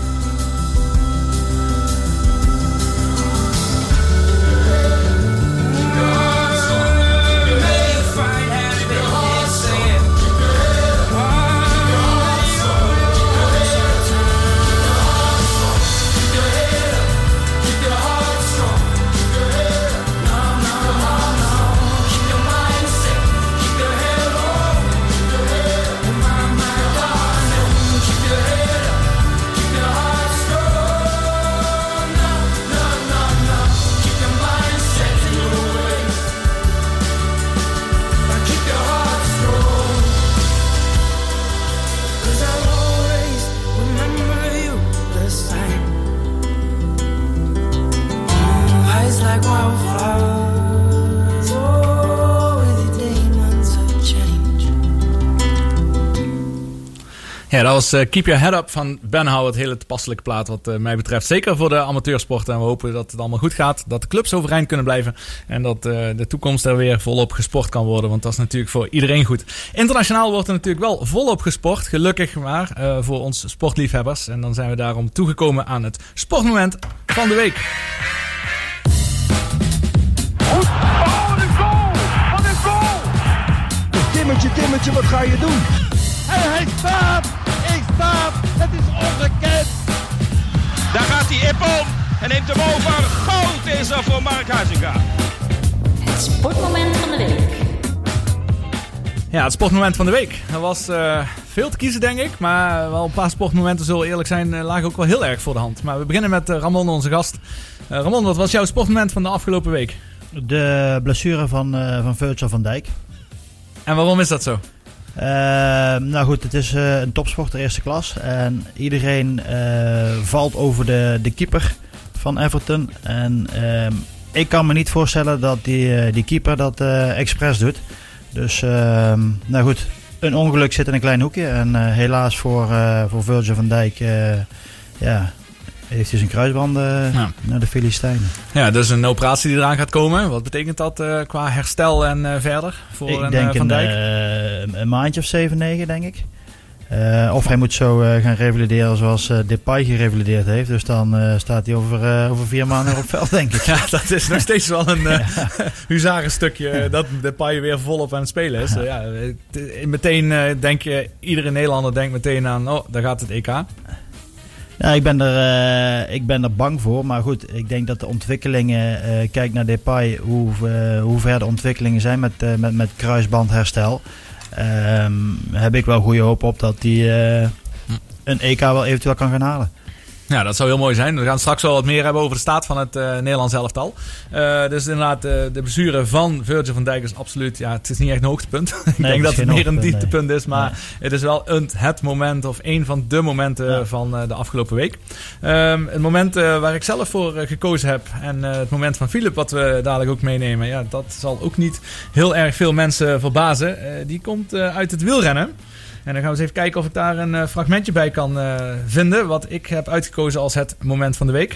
Ja, dat was uh, Keep Your Head Up van Ben Howard. Hele toepasselijke plaat wat uh, mij betreft. Zeker voor de amateursport. En we hopen dat het allemaal goed gaat. Dat de clubs overeind kunnen blijven. En dat uh, de toekomst er weer volop gesport kan worden. Want dat is natuurlijk voor iedereen goed. Internationaal wordt er natuurlijk wel volop gesport. Gelukkig maar uh, voor ons sportliefhebbers. En dan zijn we daarom toegekomen aan het sportmoment van de week. Oh, de goal! Wat een goal! Timmertje, Timmertje, wat ga je doen? En hij staat! Ik staat! Het is ongekend! Daar gaat hij Ippon en neemt hem over. Goud is er voor Mark Huizinga. Het sportmoment van de week. Ja, het sportmoment van de week. Er was uh, veel te kiezen, denk ik. Maar wel een paar sportmomenten, zullen we eerlijk zijn, uh, lagen ook wel heel erg voor de hand. Maar we beginnen met uh, Ramon, onze gast. Uh, Ramon, wat was jouw sportmoment van de afgelopen week? De blessure van, uh, van Virgil van Dijk. En waarom is dat zo? Uh, nou goed, het is uh, een topsporter eerste klas. En iedereen uh, valt over de, de keeper van Everton. En uh, ik kan me niet voorstellen dat die, uh, die keeper dat uh, expres doet. Dus, uh, nou goed, een ongeluk zit in een klein hoekje. En uh, helaas voor, uh, voor Virgil van Dijk, uh, ja, heeft hij zijn kruisband uh, ja. naar de Filistijnen. Ja, dus een operatie die eraan gaat komen. Wat betekent dat uh, qua herstel en uh, verder voor ik een, denk uh, Van Dijk? Een, uh, een maandje of zeven, negen, denk ik. Uh, of hij moet zo uh, gaan revalideren zoals uh, Depay gerevalideerd heeft. Dus dan uh, staat hij over, uh, over vier maanden op veld, denk ik. Ja, dat is nog steeds wel een uh, huzarenstukje dat Depay weer volop aan het spelen is. Uh, ja, t- meteen uh, denk je, iedere Nederlander denkt meteen aan, oh, daar gaat het E K. Ja, ik ben, er, uh, ik ben er bang voor. Maar goed, ik denk dat de ontwikkelingen... Uh, kijk naar Depay, hoe, uh, hoe ver de ontwikkelingen zijn met, uh, met, met kruisbandherstel. Um, heb ik wel goede hoop op dat hij uh, een E K wel eventueel kan gaan halen. Ja, dat zou heel mooi zijn. We gaan straks wel wat meer hebben over de staat van het uh, Nederlands elftal. Uh, dus inderdaad, uh, de blessure van Virgil van Dijk is absoluut... Ja, het is niet echt een hoogtepunt. ik nee, denk dat het meer een dieptepunt nee. is. Maar nee. het is wel een, het moment of een van de momenten ja. van uh, de afgelopen week. Um, het moment uh, waar ik zelf voor uh, gekozen heb. En uh, het moment van Philip wat we dadelijk ook meenemen. Ja, dat zal ook niet heel erg veel mensen verbazen. Uh, die komt uh, uit het wielrennen. En dan gaan we eens even kijken of ik daar een uh, fragmentje bij kan uh, vinden. Wat ik heb uitgekozen als het moment van de week.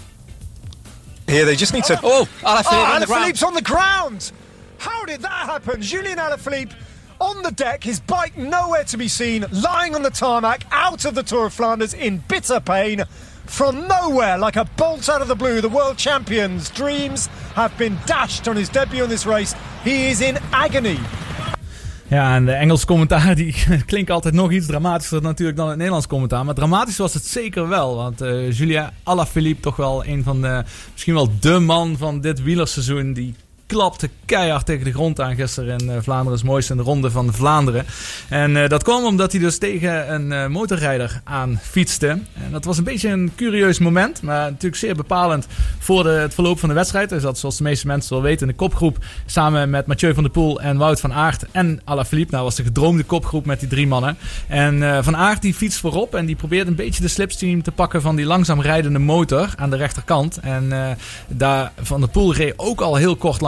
Here they just need to... Oh, Alaphilippe oh, on the Alaphilippe's on the ground. How did that happen? Julian Alaphilippe on the deck, his bike nowhere to be seen, lying on the tarmac, out of the Tour of Flanders in bitter pain. From nowhere, like a bolt out of the blue, the world champion's dreams have been dashed on his debut in this race. He is in agony. Ja, en de Engelse commentaar die klinkt altijd nog iets dramatischer natuurlijk dan het Nederlands commentaar. Maar dramatisch was het zeker wel. Want uh, Julian Alaphilippe toch wel een van de, misschien wel de man van dit wielerseizoen. Die klapte keihard tegen de grond aan gisteren in uh, Vlaanderen's mooiste in de Ronde van Vlaanderen. En uh, dat kwam omdat hij dus tegen een uh, motorrijder aan fietste. En dat was een beetje een curieus moment, maar natuurlijk zeer bepalend voor de, het verloop van de wedstrijd. Hij zat, zoals de meeste mensen wel weten, in de kopgroep samen met Mathieu van der Poel en Wout van Aert en Alaphilippe. Nou, was de gedroomde kopgroep met die drie mannen. En uh, Van Aert die fietst voorop en die probeert een beetje de slipstream te pakken van die langzaam rijdende motor aan de rechterkant. En uh, daar Van der Poel reed ook al heel kort langs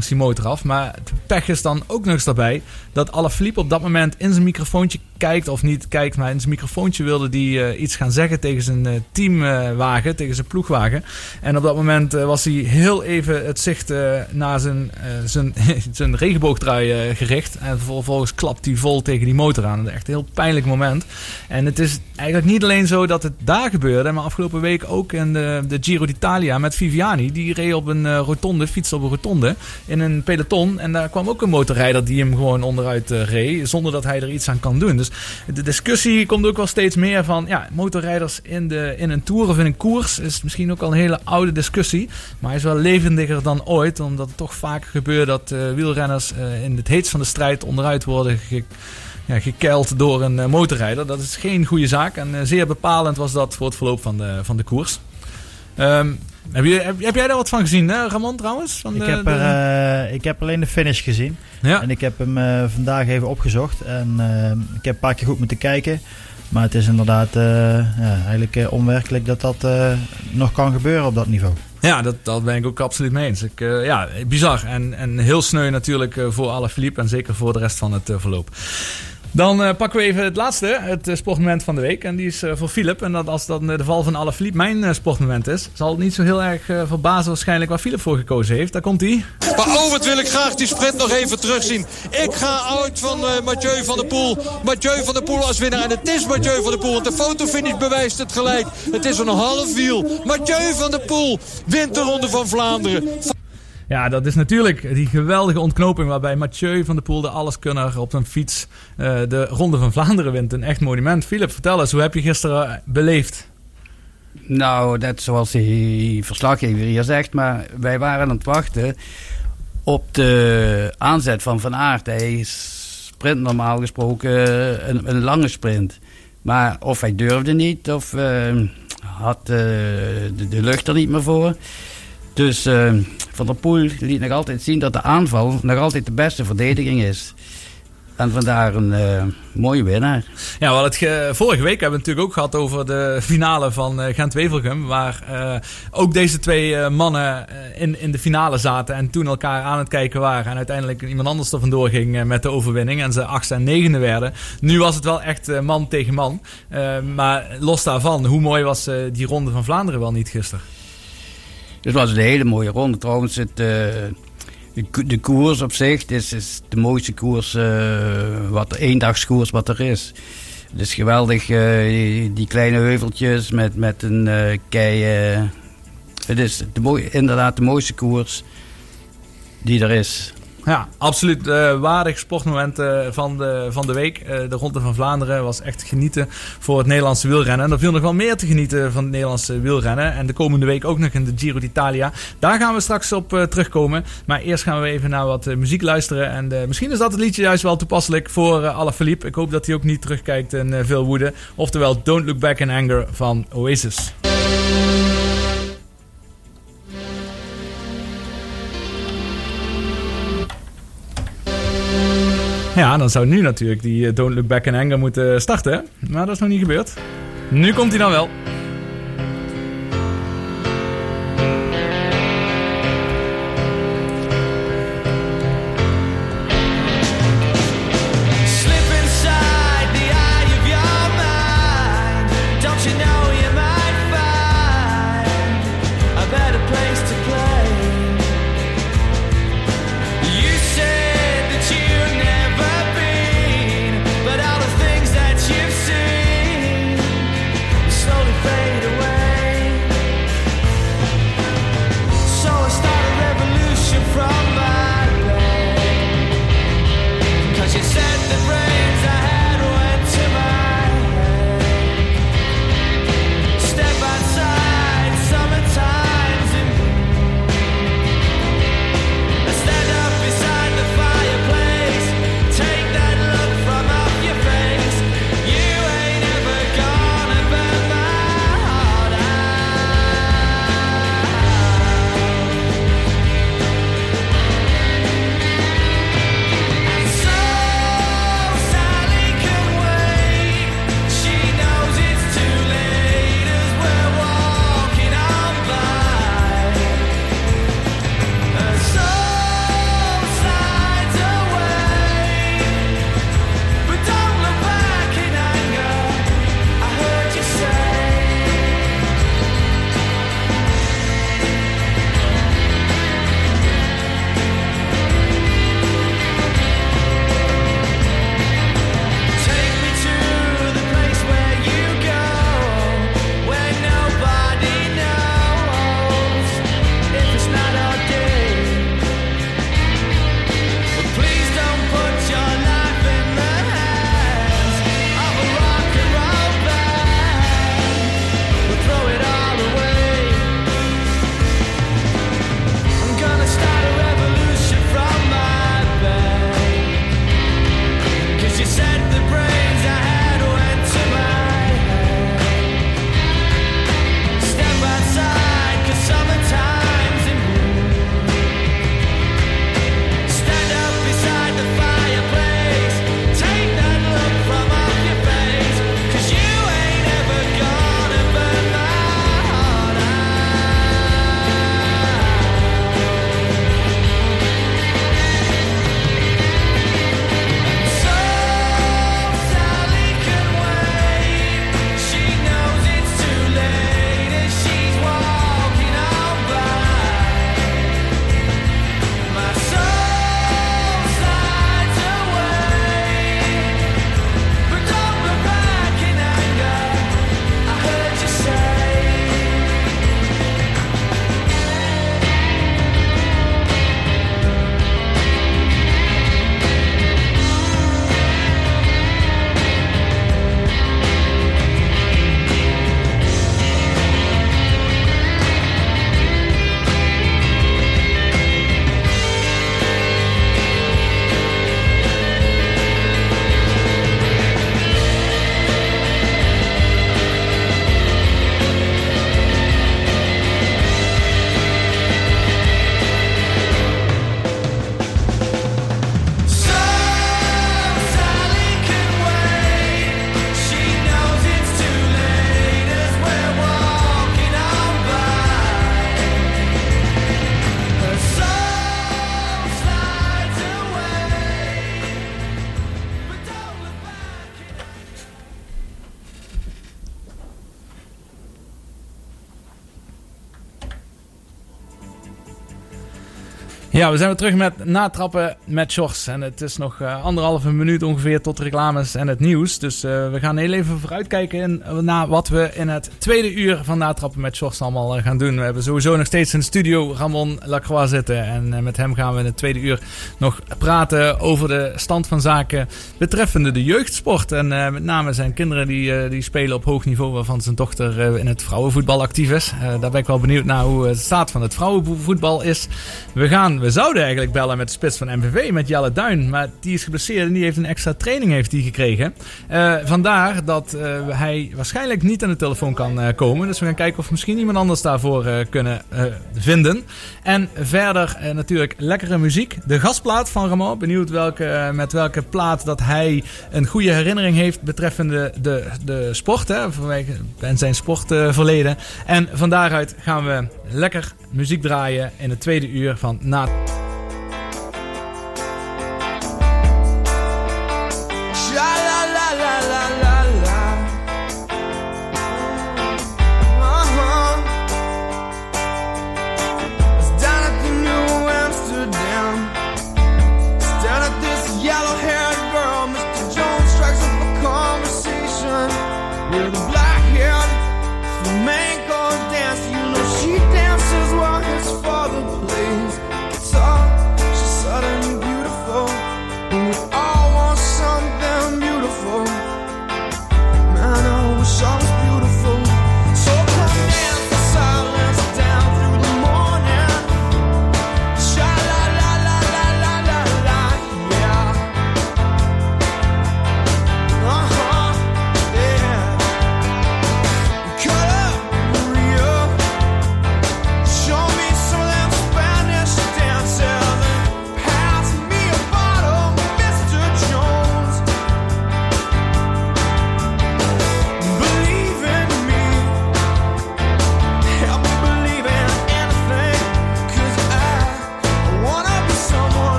langs die motor af. Maar het pech is dan ook nog eens daarbij dat Alaphilippe op dat moment in zijn microfoontje kijkt, of niet kijkt, maar in zijn microfoontje wilde hij uh, iets gaan zeggen tegen zijn uh, teamwagen, uh, tegen zijn ploegwagen. En op dat moment uh, was hij heel even het zicht uh, naar zijn, uh, zijn, zijn regenboogtrui uh, gericht. En vervolgens klapt hij vol tegen die motor aan. Echt een heel pijnlijk moment. En het is eigenlijk niet alleen zo dat het daar gebeurde, maar afgelopen week ook in de, de Giro d'Italia met Viviani. Die reed op een uh, rotonde, fietste op een rotonde in een peloton. En daar kwam ook een motorrijder die hem gewoon onderuit uh, reed, zonder dat hij er iets aan kan doen. Dus de discussie komt ook wel steeds meer van, ja, motorrijders in, de, in een tour of in een koers is misschien ook al een hele oude discussie. Maar hij is wel levendiger dan ooit, omdat het toch vaak gebeurt dat uh, wielrenners uh, in het heetst van de strijd onderuit worden ge, ja, gekeild door een uh, motorrijder. Dat is geen goede zaak en uh, zeer bepalend was dat voor het verloop van de, van de koers. Um, Heb, je, heb, heb jij daar wat van gezien, hè, Ramon, trouwens? Van ik, de, heb de... er, uh, ik heb alleen de finish gezien. Ja. En ik heb hem uh, vandaag even opgezocht. En uh, ik heb een paar keer goed moeten kijken. Maar het is inderdaad uh, ja, eigenlijk uh, onwerkelijk dat dat uh, nog kan gebeuren op dat niveau. Ja, dat, dat ben ik ook absoluut mee eens. Ik, uh, ja, bizar. En, en heel sneu natuurlijk uh, voor Alaphilippe en zeker voor de rest van het uh, verloop. Dan uh, pakken we even het laatste, het uh, sportmoment van de week. En die is uh, voor Philip. En dat als dan uh, de val van Alaphilippe mijn uh, sportmoment is, zal het niet zo heel erg uh, verbazen waarschijnlijk waar Philip voor gekozen heeft. Daar komt hij. Maar oh, wat wil ik graag die sprint nog even terugzien. Ik ga uit van uh, Mathieu van der Poel. Mathieu van der Poel als winnaar. En het is Mathieu van der Poel. Want de fotofinish bewijst het gelijk. Het is een half wiel. Mathieu van der Poel wint de Ronde van Vlaanderen. Ja, dat is natuurlijk die geweldige ontknoping waarbij Mathieu van der Poel, de alleskunner, op zijn fiets uh, de Ronde van Vlaanderen wint. Een echt monument. Philip, vertel eens, hoe heb je gisteren beleefd? Nou, net zoals die verslaggever hier zegt, maar wij waren aan het wachten op de aanzet van Van Aert. Hij sprint normaal gesproken een, een lange sprint. Maar of hij durfde niet, of uh, had uh, de, de lucht er niet meer voor. Dus uh, Van der Poel liet nog altijd zien dat de aanval nog altijd de beste verdediging is. En vandaar een uh, mooie winnaar. Ja, we hadden het ge- vorige week hebben we het natuurlijk ook gehad over de finale van uh, Gent-Wevelgem. Waar uh, ook deze twee uh, mannen uh, in, in de finale zaten. En toen elkaar aan het kijken waren. En uiteindelijk iemand anders er vandoor ging uh, met de overwinning. En ze achtste en negende werden. Nu was het wel echt uh, man tegen man. Uh, maar los daarvan, hoe mooi was uh, die Ronde van Vlaanderen wel niet gisteren? Het was een hele mooie ronde. Trouwens, het, uh, de, de koers op zich is, is de mooiste koers, uh, wat, eendagskoers wat er is. Het is geweldig, uh, die, die kleine heuveltjes met, met een uh, kei. Uh, het is de mooie, inderdaad de mooiste koers die er is. Ja, absoluut uh, waardig sportmoment uh, van, de, van de week. Uh, de Ronde van Vlaanderen was echt genieten voor het Nederlandse wielrennen. En er viel nog wel meer te genieten van het Nederlandse wielrennen. En de komende week ook nog in de Giro d'Italia. Daar gaan we straks op uh, terugkomen. Maar eerst gaan we even naar wat uh, muziek luisteren. En uh, misschien is dat het liedje juist wel toepasselijk voor uh, Alaphilippe. Ik hoop dat hij ook niet terugkijkt in uh, veel woede. Oftewel Don't Look Back in Anger van Oasis. Ja, dan zou nu natuurlijk die Don't Look Back in Anger moeten starten. Maar dat is nog niet gebeurd. Nu komt hij dan wel. Slowly fade Ja, we zijn weer terug met natrappen met Sjors. En het is nog uh, anderhalve minuut ongeveer tot de reclames en het nieuws. Dus uh, we gaan heel even vooruitkijken in, naar wat we in het tweede uur van natrappen met Sjors allemaal uh, gaan doen. We hebben sowieso nog steeds in de studio Ramon Lacroix zitten. En uh, met hem gaan we in het tweede uur nog praten over de stand van zaken betreffende de jeugdsport. En uh, met name zijn kinderen die, uh, die spelen op hoog niveau, waarvan zijn dochter uh, in het vrouwenvoetbal actief is. Uh, daar ben ik wel benieuwd naar hoe het staat van het vrouwenvoetbal is. We gaan... We zouden eigenlijk bellen met de spits van M V V, met Jelle Duin. Maar die is geblesseerd en die heeft een extra training heeft die gekregen. Uh, vandaar dat uh, hij waarschijnlijk niet aan de telefoon kan uh, komen. Dus we gaan kijken of we misschien iemand anders daarvoor uh, kunnen uh, vinden. En verder uh, natuurlijk lekkere muziek. De gastplaat van Ramon. Benieuwd welke, uh, met welke plaat dat hij een goede herinnering heeft betreffende de, de sport. Hè, vanwege, en zijn sportverleden. Uh, en van daaruit gaan we lekker muziek draaien in het tweede uur van Na. Flamenco dance, you know she dances while his father plays. It's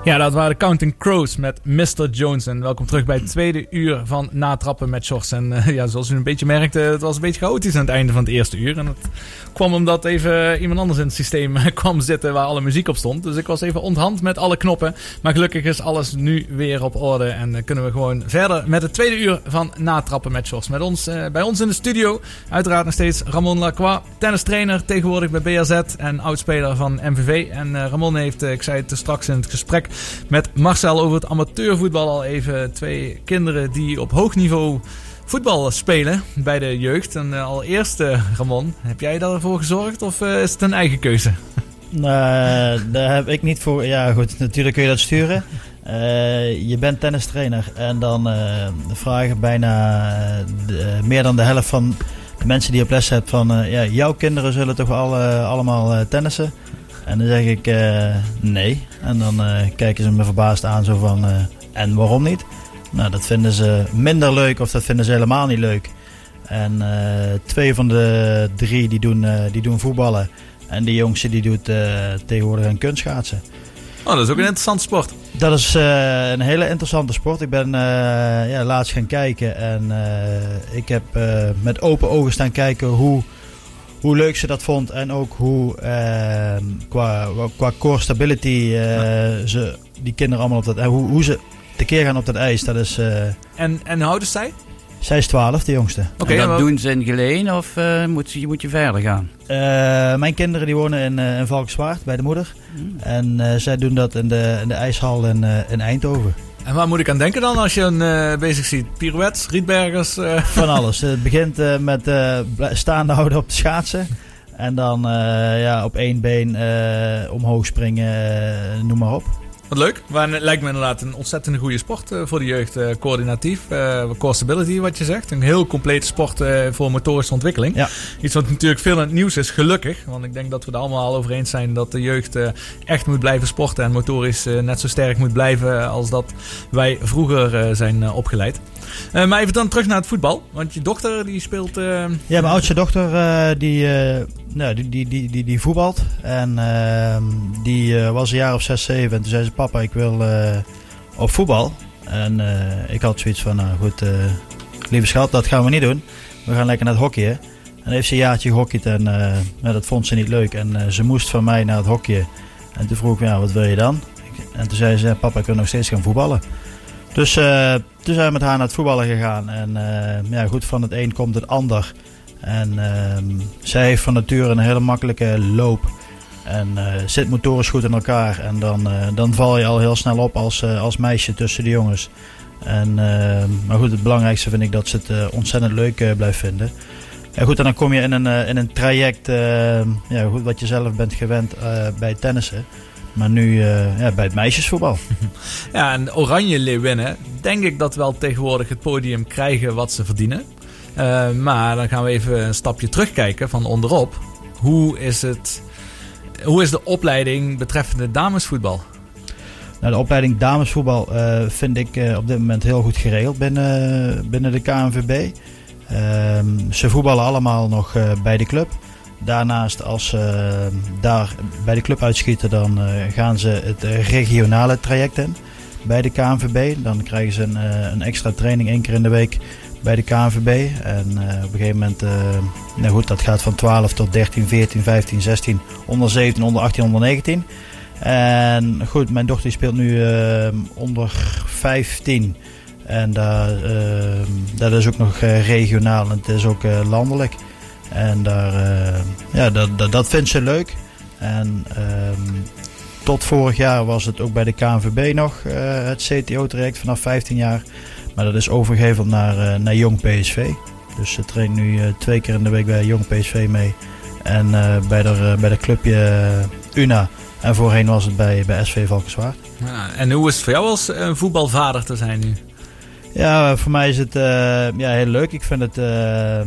Ja, dat waren de Counting Crows met mister Jones. En welkom terug bij het tweede uur van Natrappen met Sjors. En uh, ja, zoals u een beetje merkte, het was een beetje chaotisch aan het einde van het eerste uur. En dat kwam omdat even iemand anders in het systeem kwam zitten waar alle muziek op stond. Dus ik was even onthand met alle knoppen. Maar gelukkig is alles nu weer op orde. En uh, kunnen we gewoon verder met het tweede uur van Natrappen met Sjors. Met ons, uh, bij ons in de studio uiteraard nog steeds Ramon Lacroix. Tennistrainer tegenwoordig bij B A Z en oudspeler van M V V. En uh, Ramon heeft, uh, ik zei het straks in het gesprek met Marcel over het amateurvoetbal al even. Twee kinderen die op hoog niveau voetbal spelen bij de jeugd. En uh, allereerst, uh, Ramon, heb jij daarvoor gezorgd of uh, is het een eigen keuze? Nou, daar heb ik niet voor. Ja goed, natuurlijk kun je dat sturen. Uh, je bent tennistrainer en dan uh, vragen bijna uh, de, meer dan de helft van de mensen die je op les hebt van uh, ja, jouw kinderen zullen toch alle, allemaal uh, tennissen? En dan zeg ik uh, nee. En dan uh, kijken ze me verbaasd aan zo van uh, en waarom niet? Nou, dat vinden ze minder leuk of dat vinden ze helemaal niet leuk. En uh, twee van de drie die doen, uh, die doen voetballen. En die jongste die doet uh, tegenwoordig aan kunstschaatsen. Oh, dat is ook een interessante sport. Dat is uh, een hele interessante sport. Ik ben uh, ja, laatst gaan kijken en uh, ik heb uh, met open ogen staan kijken hoe, hoe leuk ze dat vond. En ook hoe uh, qua, qua core stability uh, ja. ze die kinderen allemaal op dat, en hoe, hoe ze tekeer gaan op dat ijs. Dat is, uh, en, en hoe oud is zij? Zij is twaalf, de jongste. Okay, en dat maar doen ze in Geleen of uh, moet, je, moet je verder gaan? Uh, mijn kinderen die wonen in, uh, in Valkenswaard bij de moeder. Mm. En uh, zij doen dat in de, in de ijshal in, uh, in Eindhoven. En waar moet ik aan denken dan als je een uh, bezig ziet? Pirouettes, rietbergers? Uh. Van alles. Het begint uh, met uh, staande houden op de schaatsen. En dan uh, ja, op één been uh, omhoog springen, uh, noem maar op. Wat leuk. Maar het lijkt me inderdaad een ontzettend goede sport uh, voor de jeugd. Uh, coördinatief, uh, core stability wat je zegt. Een heel complete sport uh, voor motorische ontwikkeling. Ja. Iets wat natuurlijk veel in het nieuws is, gelukkig. Want ik denk dat we er allemaal al over eens zijn dat de jeugd uh, echt moet blijven sporten. En motorisch uh, net zo sterk moet blijven als dat wij vroeger uh, zijn uh, opgeleid. Uh, maar even dan terug naar het voetbal. Want je dochter die speelt... Uh... Ja, mijn oudste dochter uh, die, uh, nou, die, die, die, die, die voetbalt. En uh, die uh, was een jaar of zes, zeven. En toen zei ze, papa, ik wil uh, op voetbal. En uh, ik had zoiets van, nou goed, uh, lieve schat, dat gaan we niet doen. We gaan lekker naar het hockeyen. En heeft ze een jaartje gehockeyd en uh, nou, dat vond ze niet leuk. En uh, ze moest van mij naar het hockeyen. En toen vroeg ik, ja, wat wil je dan? En toen zei ze, papa, ik wil nog steeds gaan voetballen. Dus uh, toen zijn we met haar naar het voetballen gegaan. En uh, ja, goed, van het een komt het ander. En uh, zij heeft van nature een hele makkelijke loop. En uh, zit motorisch goed in elkaar. En dan, uh, dan val je al heel snel op als, uh, als meisje tussen de jongens. En, uh, maar goed, het belangrijkste vind ik dat ze het uh, ontzettend leuk uh, blijft vinden. Ja, goed, en dan kom je in een, uh, in een traject uh, ja, goed, wat je zelf bent gewend uh, bij tennissen. Maar nu uh, ja, bij het meisjesvoetbal. Ja, en Oranje Leeuwinnen, denk ik dat wel tegenwoordig het podium krijgen wat ze verdienen. Uh, maar dan gaan we even een stapje terugkijken van onderop. Hoe is, het, hoe is de opleiding betreffende damesvoetbal? Nou, de opleiding damesvoetbal uh, vind ik uh, op dit moment heel goed geregeld binnen, binnen de K N V B. Uh, ze voetballen allemaal nog uh, bij de club. Daarnaast, als ze uh, daar bij de club uitschieten, dan uh, gaan ze het uh, regionale traject in bij de K N V B. Dan krijgen ze een, uh, een extra training één keer in de week bij de K N V B. En uh, op een gegeven moment, uh, nou goed, dat gaat van twaalf tot dertien, veertien, vijftien, zestien, onder zeventien, onder achttien, onder negentien. En goed, mijn dochter speelt nu uh, onder vijftien. En daar, uh, dat is ook nog uh, regionaal en het is ook uh, landelijk. En daar, uh, ja, dat, dat, dat vindt ze leuk. En um, tot vorig jaar was het ook bij de K N V B nog uh, het C T O-traject vanaf vijftien jaar. Maar dat is overgeheveld naar, uh, naar Jong P S V. Dus ze traint nu uh, twee keer in de week bij Jong P S V mee. En uh, bij, de, uh, bij de clubje uh, Una. En voorheen was het bij, bij S V Valkenswaard. Ja, en hoe is het voor jou als uh, voetbalvader te zijn nu? Ja, voor mij is het uh, ja, heel leuk. Ik vind het... Uh, uh,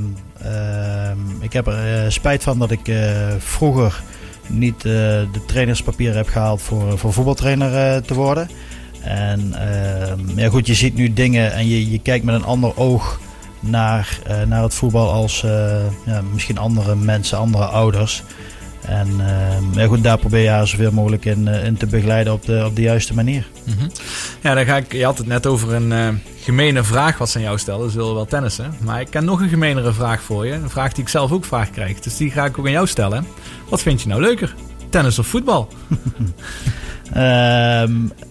ik heb er uh, spijt van dat ik uh, vroeger niet uh, de trainerspapieren heb gehaald voor, voor voetbaltrainer uh, te worden. En uh, ja, goed, je ziet nu dingen en je, je kijkt met een ander oog naar, uh, naar het voetbal als uh, ja, misschien andere mensen, andere ouders. En uh, ja, goed, daar probeer je haar zoveel mogelijk in, uh, in te begeleiden op de, op de juiste manier. Mm-hmm. Ja, dan ga ik, je had het net over een uh, gemene vraag wat ze aan jou stellen. Ze willen wel tennissen. Maar ik ken nog een gemenere vraag voor je. Een vraag die ik zelf ook vaak krijg. Dus die ga ik ook aan jou stellen. Wat vind je nou leuker? Tennis of voetbal? uh, uh,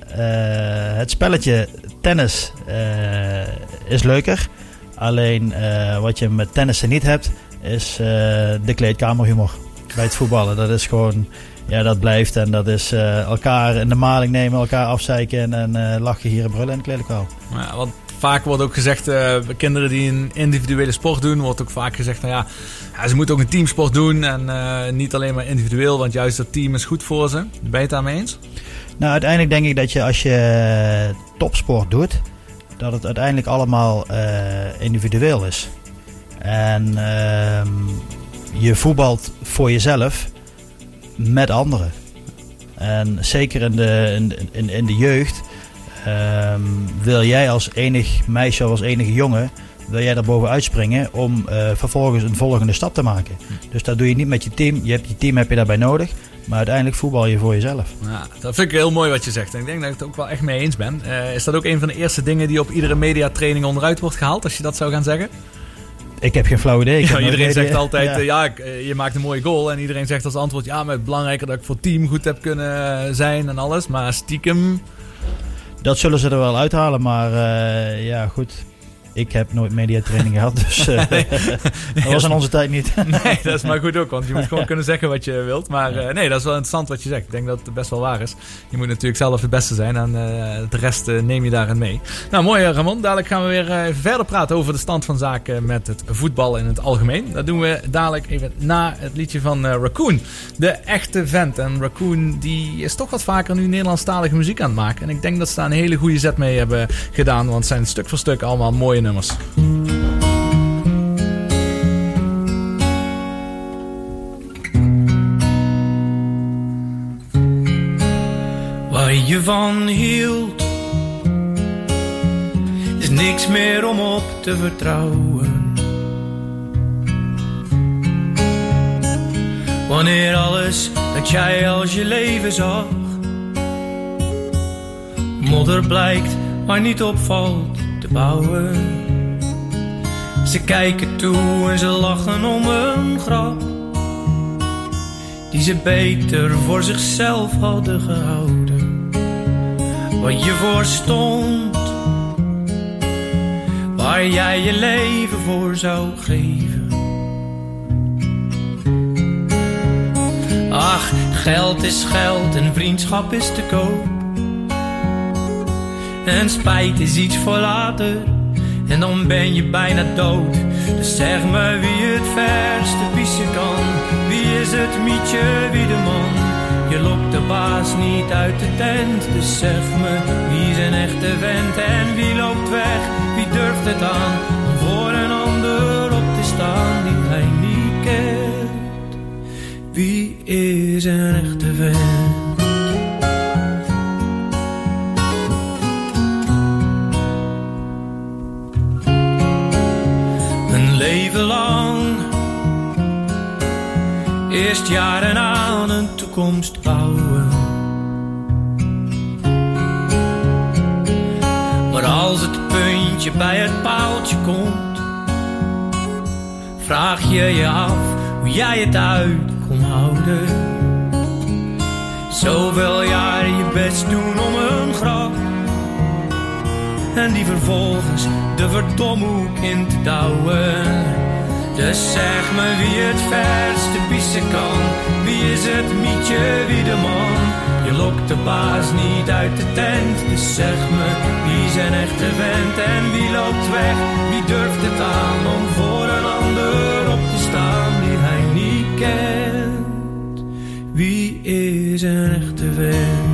het spelletje tennis uh, is leuker. Alleen uh, wat je met tennissen niet hebt, is uh, de kleedkamerhumor. Bij het voetballen, dat is gewoon, ja, dat blijft en dat is uh, elkaar in de maling nemen, elkaar afzeiken en uh, lachen, hier en brullen in de kleedkamer. Ja, want vaak wordt ook gezegd, uh, kinderen die een individuele sport doen, wordt ook vaak gezegd van ja, ja ze moeten ook een teamsport doen en uh, niet alleen maar individueel, want juist dat team is goed voor ze. Ben je het daarmee eens? Nou, uiteindelijk denk ik dat je als je topsport doet, dat het uiteindelijk allemaal uh, individueel is. En uh, je voetbalt voor jezelf met anderen. En zeker in de, in, in, in de jeugd um, wil jij als enig meisje of als enige jongen, wil jij daar bovenuit springen om uh, vervolgens een volgende stap te maken. Dus dat doe je niet met je team. Je hebt je team heb je daarbij nodig. Maar uiteindelijk voetbal je voor jezelf. Ja, dat vind ik heel mooi wat je zegt. En ik denk dat ik het ook wel echt mee eens ben. Uh, is dat ook een van de eerste dingen die op iedere mediatraining onderuit wordt gehaald, als je dat zou gaan zeggen? Ik heb geen flauw idee. Ja, iedereen zegt altijd, ja. Uh, ja, je maakt een mooie goal. En iedereen zegt als antwoord, ja, maar het belangrijker dat ik voor het team goed heb kunnen zijn en alles. Maar stiekem... Dat zullen ze er wel uithalen, maar uh, ja, goed. Ik heb nooit mediatraining gehad, dus uh, nee, dat was in onze tijd niet. Nee, dat is maar goed ook, want je moet gewoon kunnen zeggen wat je wilt. Maar uh, nee, dat is wel interessant wat je zegt. Ik denk dat het best wel waar is. Je moet natuurlijk zelf het beste zijn en uh, de rest uh, neem je daarin mee. Nou, mooi Ramon. Dadelijk gaan we weer uh, verder praten over de stand van zaken met het voetbal in het algemeen. Dat doen we dadelijk even na het liedje van uh, Raccoon. De echte vent. En Raccoon die is toch wat vaker nu Nederlandstalige muziek aan het maken. En ik denk dat ze daar een hele goede zet mee hebben gedaan, want het zijn stuk voor stuk allemaal mooie nummers. Waar je van hield, is niks meer om op te vertrouwen. Wanneer alles dat jij als je leven zag, modder blijkt waar niet opvalt te bouwen. Ze kijken toe en ze lachen om een grap die ze beter voor zichzelf hadden gehouden. Wat je voor stond, waar jij je leven voor zou geven. Ach, geld is geld en vriendschap is te koop. En spijt is iets voor later, en dan ben je bijna dood. Dus zeg me wie het verste pissen kan. Wie is het mietje, wie de man? Je lokt de baas niet uit de tent. Dus zeg me wie is een echte vent en wie loopt weg? Wie durft het aan om voor een ander op te staan die hij niet kent? Wie is een echte vent? Leven lang, eerst jaren aan een toekomst bouwen. Maar als het puntje bij het paaltje komt, vraag je je af hoe jij het uit kon houden. Zoveel jaren je best doen om een grap, en die vervolgens de verdomhoek in te douwen. Dus zeg me wie het verste pissen kan. Wie is het mietje, wie de man? Je lokt de baas niet uit de tent. Dus zeg me wie is een echte vent en wie loopt weg? Wie durft het aan om voor een ander op te staan die hij niet kent? Wie is een echte vent?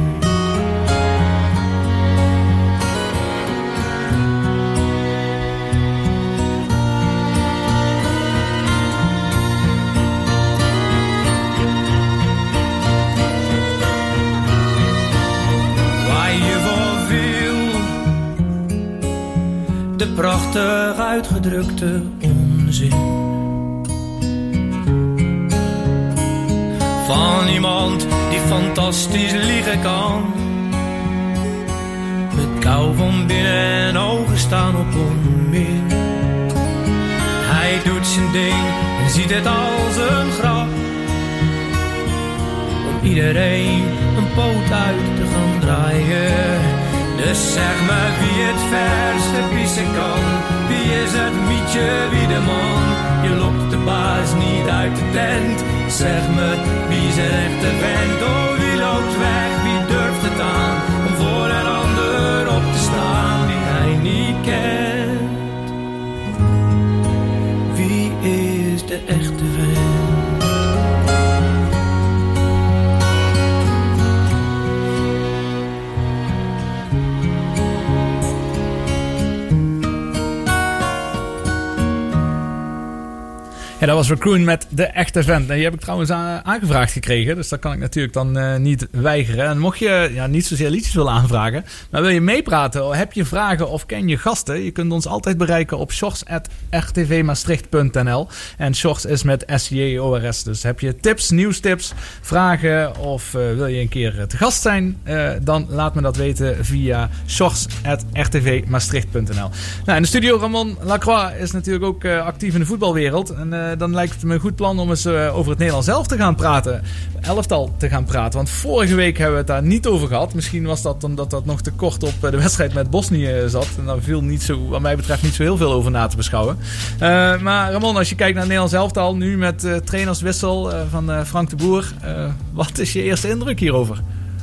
De prachtig uitgedrukte onzin van iemand die fantastisch liegen kan. Met kou van binnen en ogen staan op onweer. Hij doet zijn ding en ziet het als een grap. Om iedereen een poot uit te gaan draaien. Dus zeg me wie het verste pissen kan. Wie is het mietje, wie de man? Je lokt de baas niet uit de tent. Zeg me wie is een echte vent? Oh, wie loopt weg, wie durft het aan? Om voor een ander op te staan die hij niet kent. Wie is de echte vent? Ja, dat was Raccoon met De Echte Vent. En die heb ik trouwens a- aangevraagd gekregen. Dus dat kan ik natuurlijk dan uh, niet weigeren. En mocht je ja, niet zozeer liedjes willen aanvragen, maar wil je meepraten, heb je vragen of ken je gasten, je kunt ons altijd bereiken op sjors at r t v maastricht punt n l. En Sjors is met S J O R S. Dus heb je tips, nieuwstips, vragen of uh, wil je een keer te gast zijn, uh, dan laat me dat weten via sjors at r t v maastricht punt n l. Nou, in de studio Ramon Lacroix is natuurlijk ook uh, actief in de voetbalwereld. En uh, dan lijkt het me een goed plan om eens uh, over het Nederlands zelf te gaan praten. Elftal te gaan praten. Want vorige week hebben we het daar niet over gehad. Misschien was dat omdat dat nog te kort op uh, de wedstrijd met Bosnië zat. En daar viel niet zo, wat mij betreft niet zo heel veel over na te beschouwen. Uh, maar Ramon, als je kijkt naar het Nederlands elftal, nu met uh, trainerswissel uh, van uh, Frank de Boer. Uh, wat is je eerste indruk hierover?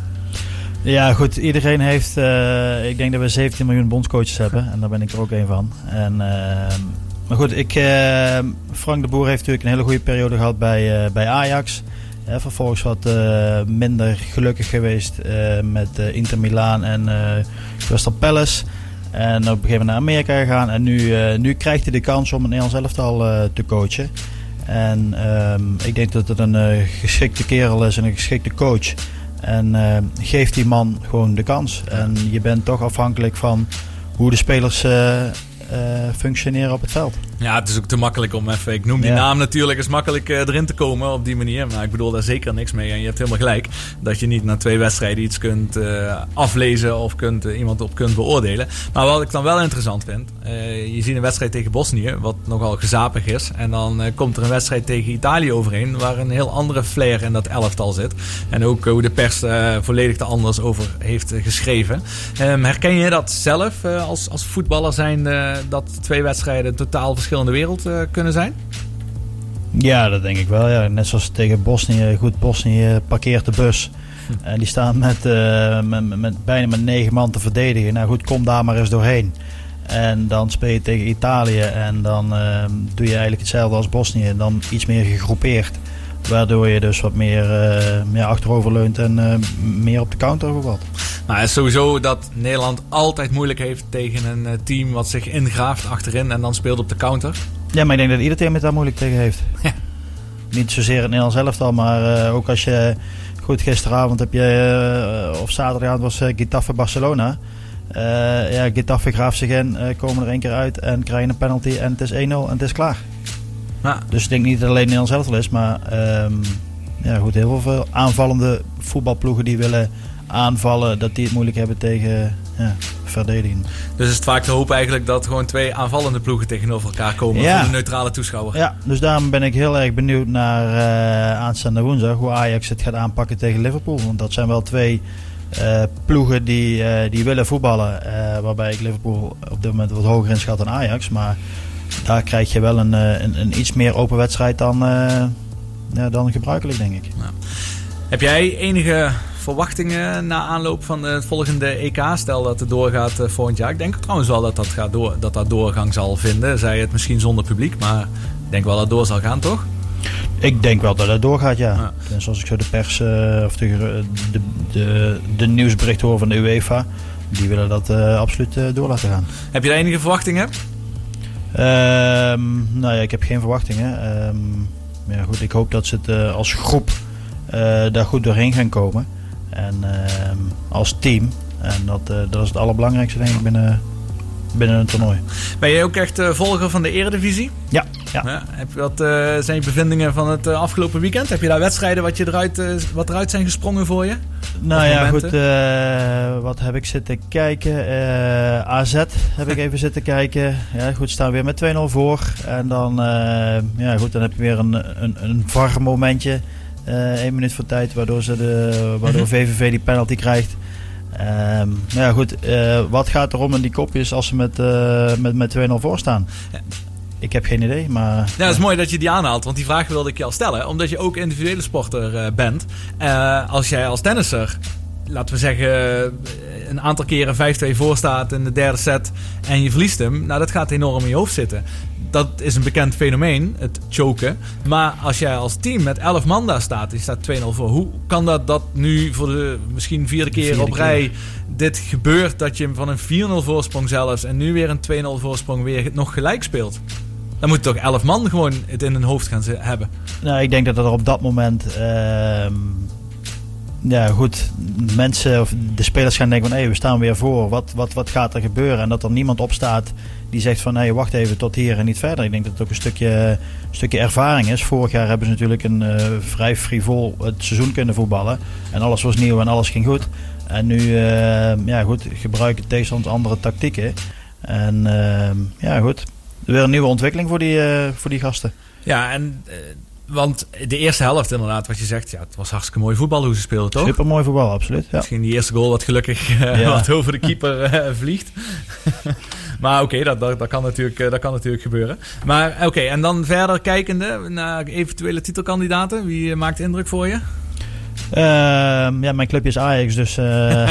Ja, goed. Iedereen heeft... Uh, ik denk dat we zeventien miljoen bondscoaches hebben. En daar ben ik er ook een van. En... Uh, Maar goed, ik, uh, Frank de Boer heeft natuurlijk een hele goede periode gehad bij, uh, bij Ajax. Uh, vervolgens wat uh, minder gelukkig geweest uh, met uh, Inter Milaan en uh, Crystal Palace. En op een gegeven moment naar Amerika gegaan. En nu, uh, nu krijgt hij de kans om het Nederlands elftal uh, te coachen. En um, ik denk dat het een uh, geschikte kerel is en een geschikte coach. En uh, geeft die man gewoon de kans. En je bent toch afhankelijk van hoe de spelers... Uh, Uh, functioneren op het veld. Ja, het is ook te makkelijk om even... Ik noem die ja. naam natuurlijk, is makkelijk uh, erin te komen op die manier. Maar ik bedoel daar zeker niks mee. En je hebt helemaal gelijk dat je niet na twee wedstrijden iets kunt uh, aflezen of kunt, uh, iemand op kunt beoordelen. Maar wat ik dan wel interessant vind... Uh, je ziet een wedstrijd tegen Bosnië, wat nogal gezapig is. En dan uh, komt er een wedstrijd tegen Italië overheen, waar een heel andere flair in dat elftal zit. En ook uh, hoe de pers uh, volledig er anders over heeft uh, geschreven. Um, herken je dat zelf uh, als, als voetballer zijn uh, dat twee wedstrijden totaal verschillende wereld uh, kunnen zijn? Ja, dat denk ik wel. Ja. Net zoals tegen Bosnië. Goed, Bosnië parkeert de bus. Hm. En die staan met, uh, met, met bijna met negen man te verdedigen. Nou goed, kom daar maar eens doorheen. En dan speel je tegen Italië. En dan uh, doe je eigenlijk hetzelfde als Bosnië. Dan iets meer gegroepeerd. Waardoor je dus wat meer, uh, meer achterover leunt en uh, meer op de counter voetbalt. Nou, het is sowieso dat Nederland altijd moeilijk heeft tegen een uh, team wat zich ingraaft achterin en dan speelt op de counter. Ja, maar ik denk dat ieder team het daar moeilijk tegen heeft. Ja. Niet zozeer het Nederlands elftal, maar uh, ook als je... Goed, gisteravond heb je... Uh, of zaterdagavond was uh, Getafe Barcelona. Uh, ja, Getafe graaft zich in, uh, komen er één keer uit en krijgen een penalty en het is één nul en het is klaar. Ja. Dus ik denk niet dat het alleen Nederlands elftal is, maar um, ja, goed, heel veel aanvallende voetbalploegen die willen aanvallen, dat die het moeilijk hebben tegen ja, verdedigen. Dus is het vaak te hopen eigenlijk dat gewoon twee aanvallende ploegen tegenover elkaar komen ja. voor de neutrale toeschouwer. Ja, dus daarom ben ik heel erg benieuwd naar uh, aanstaande woensdag hoe Ajax het gaat aanpakken tegen Liverpool. Want dat zijn wel twee uh, ploegen die, uh, die willen voetballen, uh, waarbij ik Liverpool op dit moment wat hoger inschat dan Ajax, maar daar krijg je wel een, een, een iets meer open wedstrijd dan, uh, ja, dan gebruikelijk, denk ik. Ja. Heb jij enige verwachtingen na aanloop van het volgende E K? Stel dat het doorgaat uh, volgend jaar. Ik denk trouwens wel dat dat, gaat door, dat dat doorgang zal vinden. Zij het misschien zonder publiek, maar ik denk wel dat het door zal gaan, toch? Ik denk wel dat het doorgaat, ja. ja. En zoals ik zo de pers uh, of de, de, de, de nieuwsbericht hoor van de UEFA, die willen dat uh, absoluut uh, door laten gaan. Heb je daar enige verwachtingen? Um, nou ja, ik heb geen verwachtingen. Um, ja, goed, ik hoop dat ze het uh, als groep uh, daar goed doorheen gaan komen. En uh, als team. En dat, uh, dat is het allerbelangrijkste, denk ik, binnen, binnen een toernooi. Ben jij ook echt uh, volger van de Eredivisie? Ja. Ja. Ja, heb, wat uh, zijn je bevindingen van het uh, afgelopen weekend? Heb je daar wedstrijden wat, je eruit, uh, wat eruit zijn gesprongen voor je? Nou ja, goed. Uh, wat heb ik zitten kijken? Uh, A Z heb ik even zitten kijken. Ja, goed, staan we weer met twee nul voor. En dan, uh, ja, goed, dan heb je weer een, een, een V A R-momentje. Uh, één minuut voor tijd, waardoor, ze de, waardoor V V V die penalty krijgt. Um, ja, goed. Uh, wat gaat er om in die kopjes als ze met, uh, met, met twee nul voor staan? Ja. Ik heb geen idee, maar... Ja, dat is mooi dat je die aanhaalt, want die vraag wilde ik je al stellen. Omdat je ook individuele sporter uh, bent. Uh, als jij als tennisser, laten we zeggen, een aantal keren vijf twee voor staat in de derde set en je verliest hem. Nou, dat gaat enorm in je hoofd zitten. Dat is een bekend fenomeen, het choken. Maar als jij als team met elf man daar staat, die staat twee nul voor. Hoe kan dat dat nu voor de misschien vierde keer vierde op rij keer. dit gebeurt, dat je van een vier nul voorsprong zelfs en nu weer een twee nul voorsprong weer nog gelijk speelt? Dan moet toch elf man gewoon het in hun hoofd gaan hebben. Nou, ik denk dat er op dat moment... Uh, ja, goed. Mensen of de spelers gaan denken van... hé, hey, we staan weer voor. Wat, wat, wat gaat er gebeuren? En dat er niemand opstaat die zegt van... hé, hey, wacht even tot hier en niet verder. Ik denk dat het ook een stukje, een stukje ervaring is. Vorig jaar hebben ze natuurlijk een uh, vrij frivol het seizoen kunnen voetballen. En alles was nieuw en alles ging goed. En nu, uh, ja goed, gebruiken tegenstanders andere tactieken. En uh, ja goed... Weer een nieuwe ontwikkeling voor die, uh, voor die gasten. Ja, en uh, want de eerste helft inderdaad, wat je zegt, ja, het was hartstikke mooi voetbal hoe ze speelden, toch? Super mooi voetbal, absoluut. Ja. Misschien die eerste goal wat gelukkig uh, ja. wat over de keeper uh, vliegt. Maar oké, okay, dat, dat, dat, kan natuurlijk, uh, dat kan natuurlijk gebeuren. Maar oké, okay, en dan verder kijkende naar eventuele titelkandidaten. Wie uh, maakt indruk voor je? Uh, ja, mijn clubje is Ajax, dus, uh,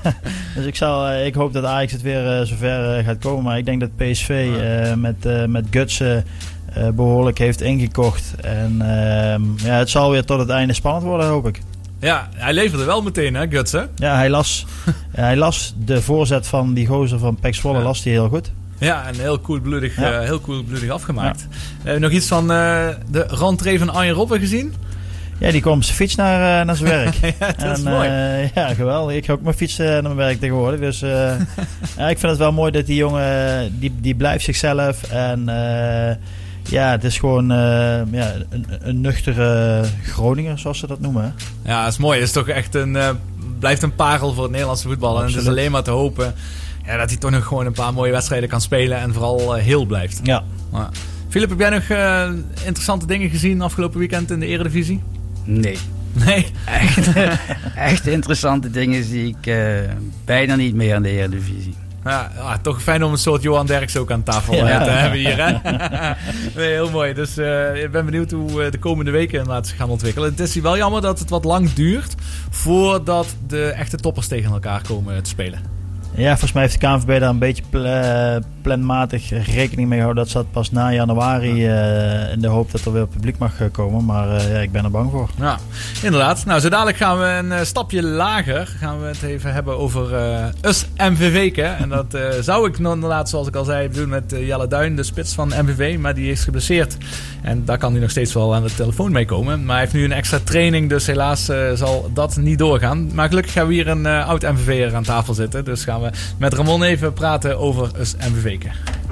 dus ik, zal, uh, ik hoop dat Ajax het weer uh, zover uh, gaat komen. Maar ik denk dat P S V uh, met, uh, met Gutsen uh, behoorlijk heeft ingekocht. En uh, ja, het zal weer tot het einde spannend worden, hoop ik. Ja, hij leverde wel meteen, hè, Gutsen? Ja, hij las, ja, hij las de voorzet van die gozer van P E C Zwolle, ja. las hij heel goed. Ja, en heel koelbloedig, ja. uh, heel koelbloedig afgemaakt. Ja. Uh, nog iets van uh, de rentree van Arjen Robben gezien? Ja, die kwam op zijn fiets naar, uh, naar zijn werk. Ja, dat en, is mooi. Uh, ja, geweldig. Ik ga ook mijn fiets uh, naar mijn werk tegenwoordig. Dus uh, ja, ik vind het wel mooi dat die jongen, die, die blijft zichzelf. En uh, ja, het is gewoon uh, ja, een, een nuchtere Groninger, zoals ze dat noemen. Hè? Ja, dat is mooi. Het is toch echt een, uh, blijft een parel voor het Nederlandse voetbal. En het is alleen maar te hopen ja, dat hij toch nog gewoon een paar mooie wedstrijden kan spelen. En vooral uh, heel blijft. Ja. Maar, Philip, heb jij nog uh, interessante dingen gezien afgelopen weekend in de Eredivisie? Nee. Nee? Echt, echt interessante dingen zie ik uh, bijna niet meer in de Eredivisie. Ja, ah, toch fijn om een soort Johan Derks ook aan tafel ja. te hebben hier. Hè? Nee, heel mooi. Dus uh, ik ben benieuwd hoe uh, de komende weken inderdaad zich gaan ontwikkelen. Het is wel jammer dat het wat lang duurt voordat de echte toppers tegen elkaar komen te spelen. Ja, volgens mij heeft de K N V B daar een beetje pl- planmatig rekening mee gehouden. Dat zat pas na januari uh, in de hoop dat er weer publiek mag komen. Maar uh, ja, ik ben er bang voor. Ja, inderdaad. Nou, zo dadelijk gaan we een uh, stapje lager. Gaan we het even hebben over uh, U S M V V'ke. En dat uh, zou ik inderdaad, zoals ik al zei, doen met uh, Jelle Duin, de spits van M V V. Maar die is geblesseerd. En daar kan hij nog steeds wel aan de telefoon mee komen. Maar hij heeft nu een extra training, dus helaas uh, zal dat niet doorgaan. Maar gelukkig gaan we hier een uh, oud M V V'er aan tafel zitten. Dus gaan we met Ramon even praten over U S M V V'ke.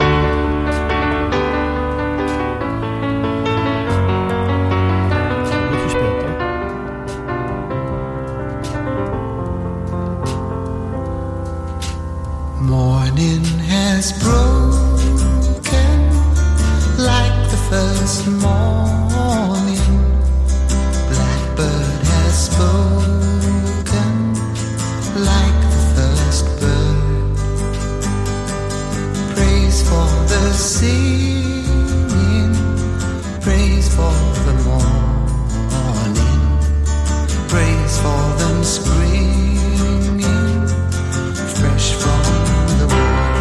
Goed gespeeld, toch? Morning has broken like the first morning. Blackbird has spoken like the first bird. Praise for the singing, praise for the morning, praise for them springing fresh from the wall.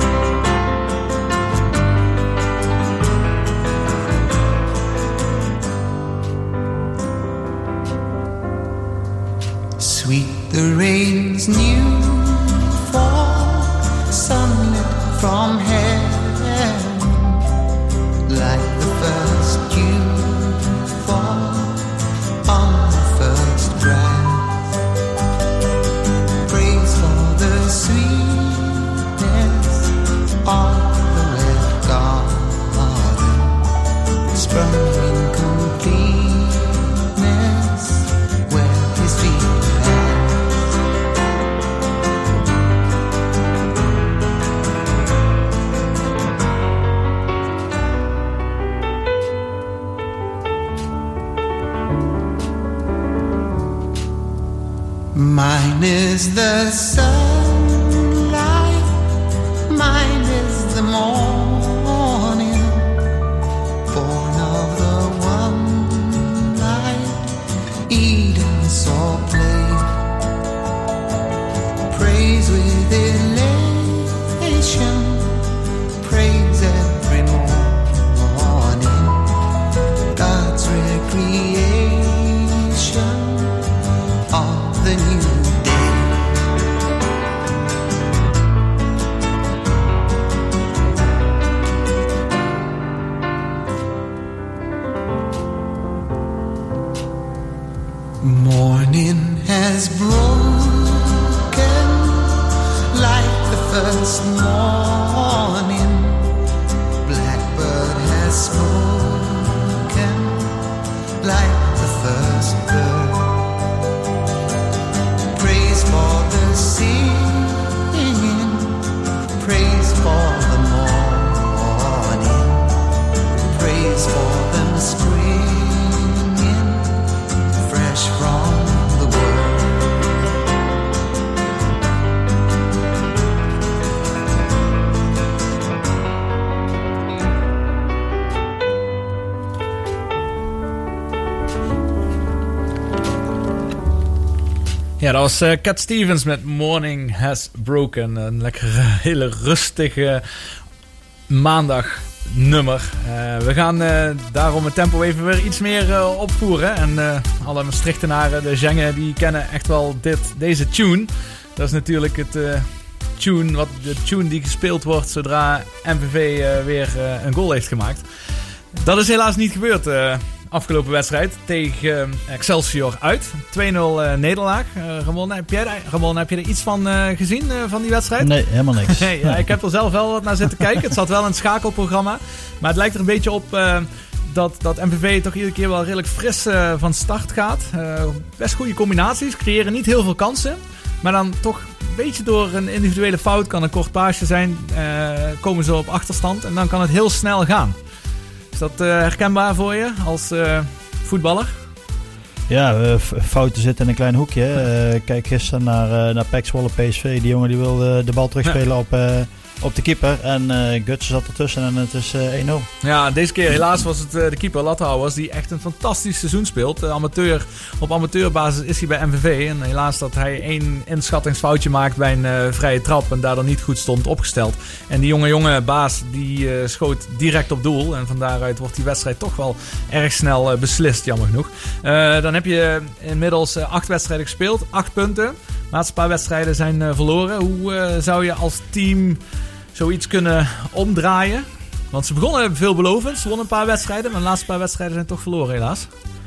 Sweet the rain's new fall, sunlit from heaven, like the first dew fall on the first breath. Praise for the sweetness of the red garden, Mine is the sunlight, mine is the morning, born of the one light Eden saw play. Praise with elation, praise every morning, God's recreation of the new day. Morning has broken like the first morning. Blackbird has spoken like the first bird. Praise for the singing, praise for the morning, praise for them springing fresh from the world. Ja, dat was uh, Cat Stevens met Morning Has Broken. Een lekkere, hele rustige maandag nummer. Uh, we gaan uh, daarom het tempo even weer iets meer uh, opvoeren. En uh, alle Maastrichtenaren, de Zengen, die kennen echt wel dit, deze tune. Dat is natuurlijk het uh, tune, wat, de tune die gespeeld wordt zodra M V V uh, weer uh, een goal heeft gemaakt. Dat is helaas niet gebeurd. Uh, Afgelopen wedstrijd tegen Excelsior uit. twee nul uh, nederlaag. Uh, Ramon, heb jij, Ramon, heb je er iets van uh, gezien uh, van die wedstrijd? Nee, helemaal niks. Nee, ja, ik heb er zelf wel wat naar zitten kijken. Het zat wel in het schakelprogramma. Maar het lijkt er een beetje op uh, dat, dat M V V toch iedere keer wel redelijk fris uh, van start gaat. Uh, best goede combinaties. Creëren niet heel veel kansen. Maar dan toch een beetje door een individuele fout, kan een kort paasje zijn, uh, komen ze op achterstand. En dan kan het heel snel gaan. Is dat uh, herkenbaar voor je als uh, voetballer? Ja, uh, fouten zitten in een klein hoekje. Uh, kijk gisteren naar, uh, naar P E C Zwolle P S V. Die jongen die wilde de bal terugspelen ja. op, uh, op de keeper. En uh, Guts zat ertussen en het is uh, één nul. Ja, deze keer helaas was het uh, de keeper Lathouwers die echt een fantastisch seizoen speelt. Uh, amateur, op amateurbasis is hij bij M V V. En helaas dat hij één inschattingsfoutje maakt bij een uh, vrije trap. En daardoor niet goed stond opgesteld. En die jonge jonge baas die uh, schoot direct op doel. En van daaruit wordt die wedstrijd toch wel erg snel uh, beslist, jammer genoeg. Uh, dan heb je inmiddels uh, acht wedstrijden gespeeld. Acht punten. De laatste paar wedstrijden zijn uh, verloren. Hoe uh, zou je als team zoiets kunnen omdraaien? Want ze begonnen veelbelovend. Ze wonnen een paar wedstrijden. Maar de laatste paar wedstrijden zijn toch verloren helaas.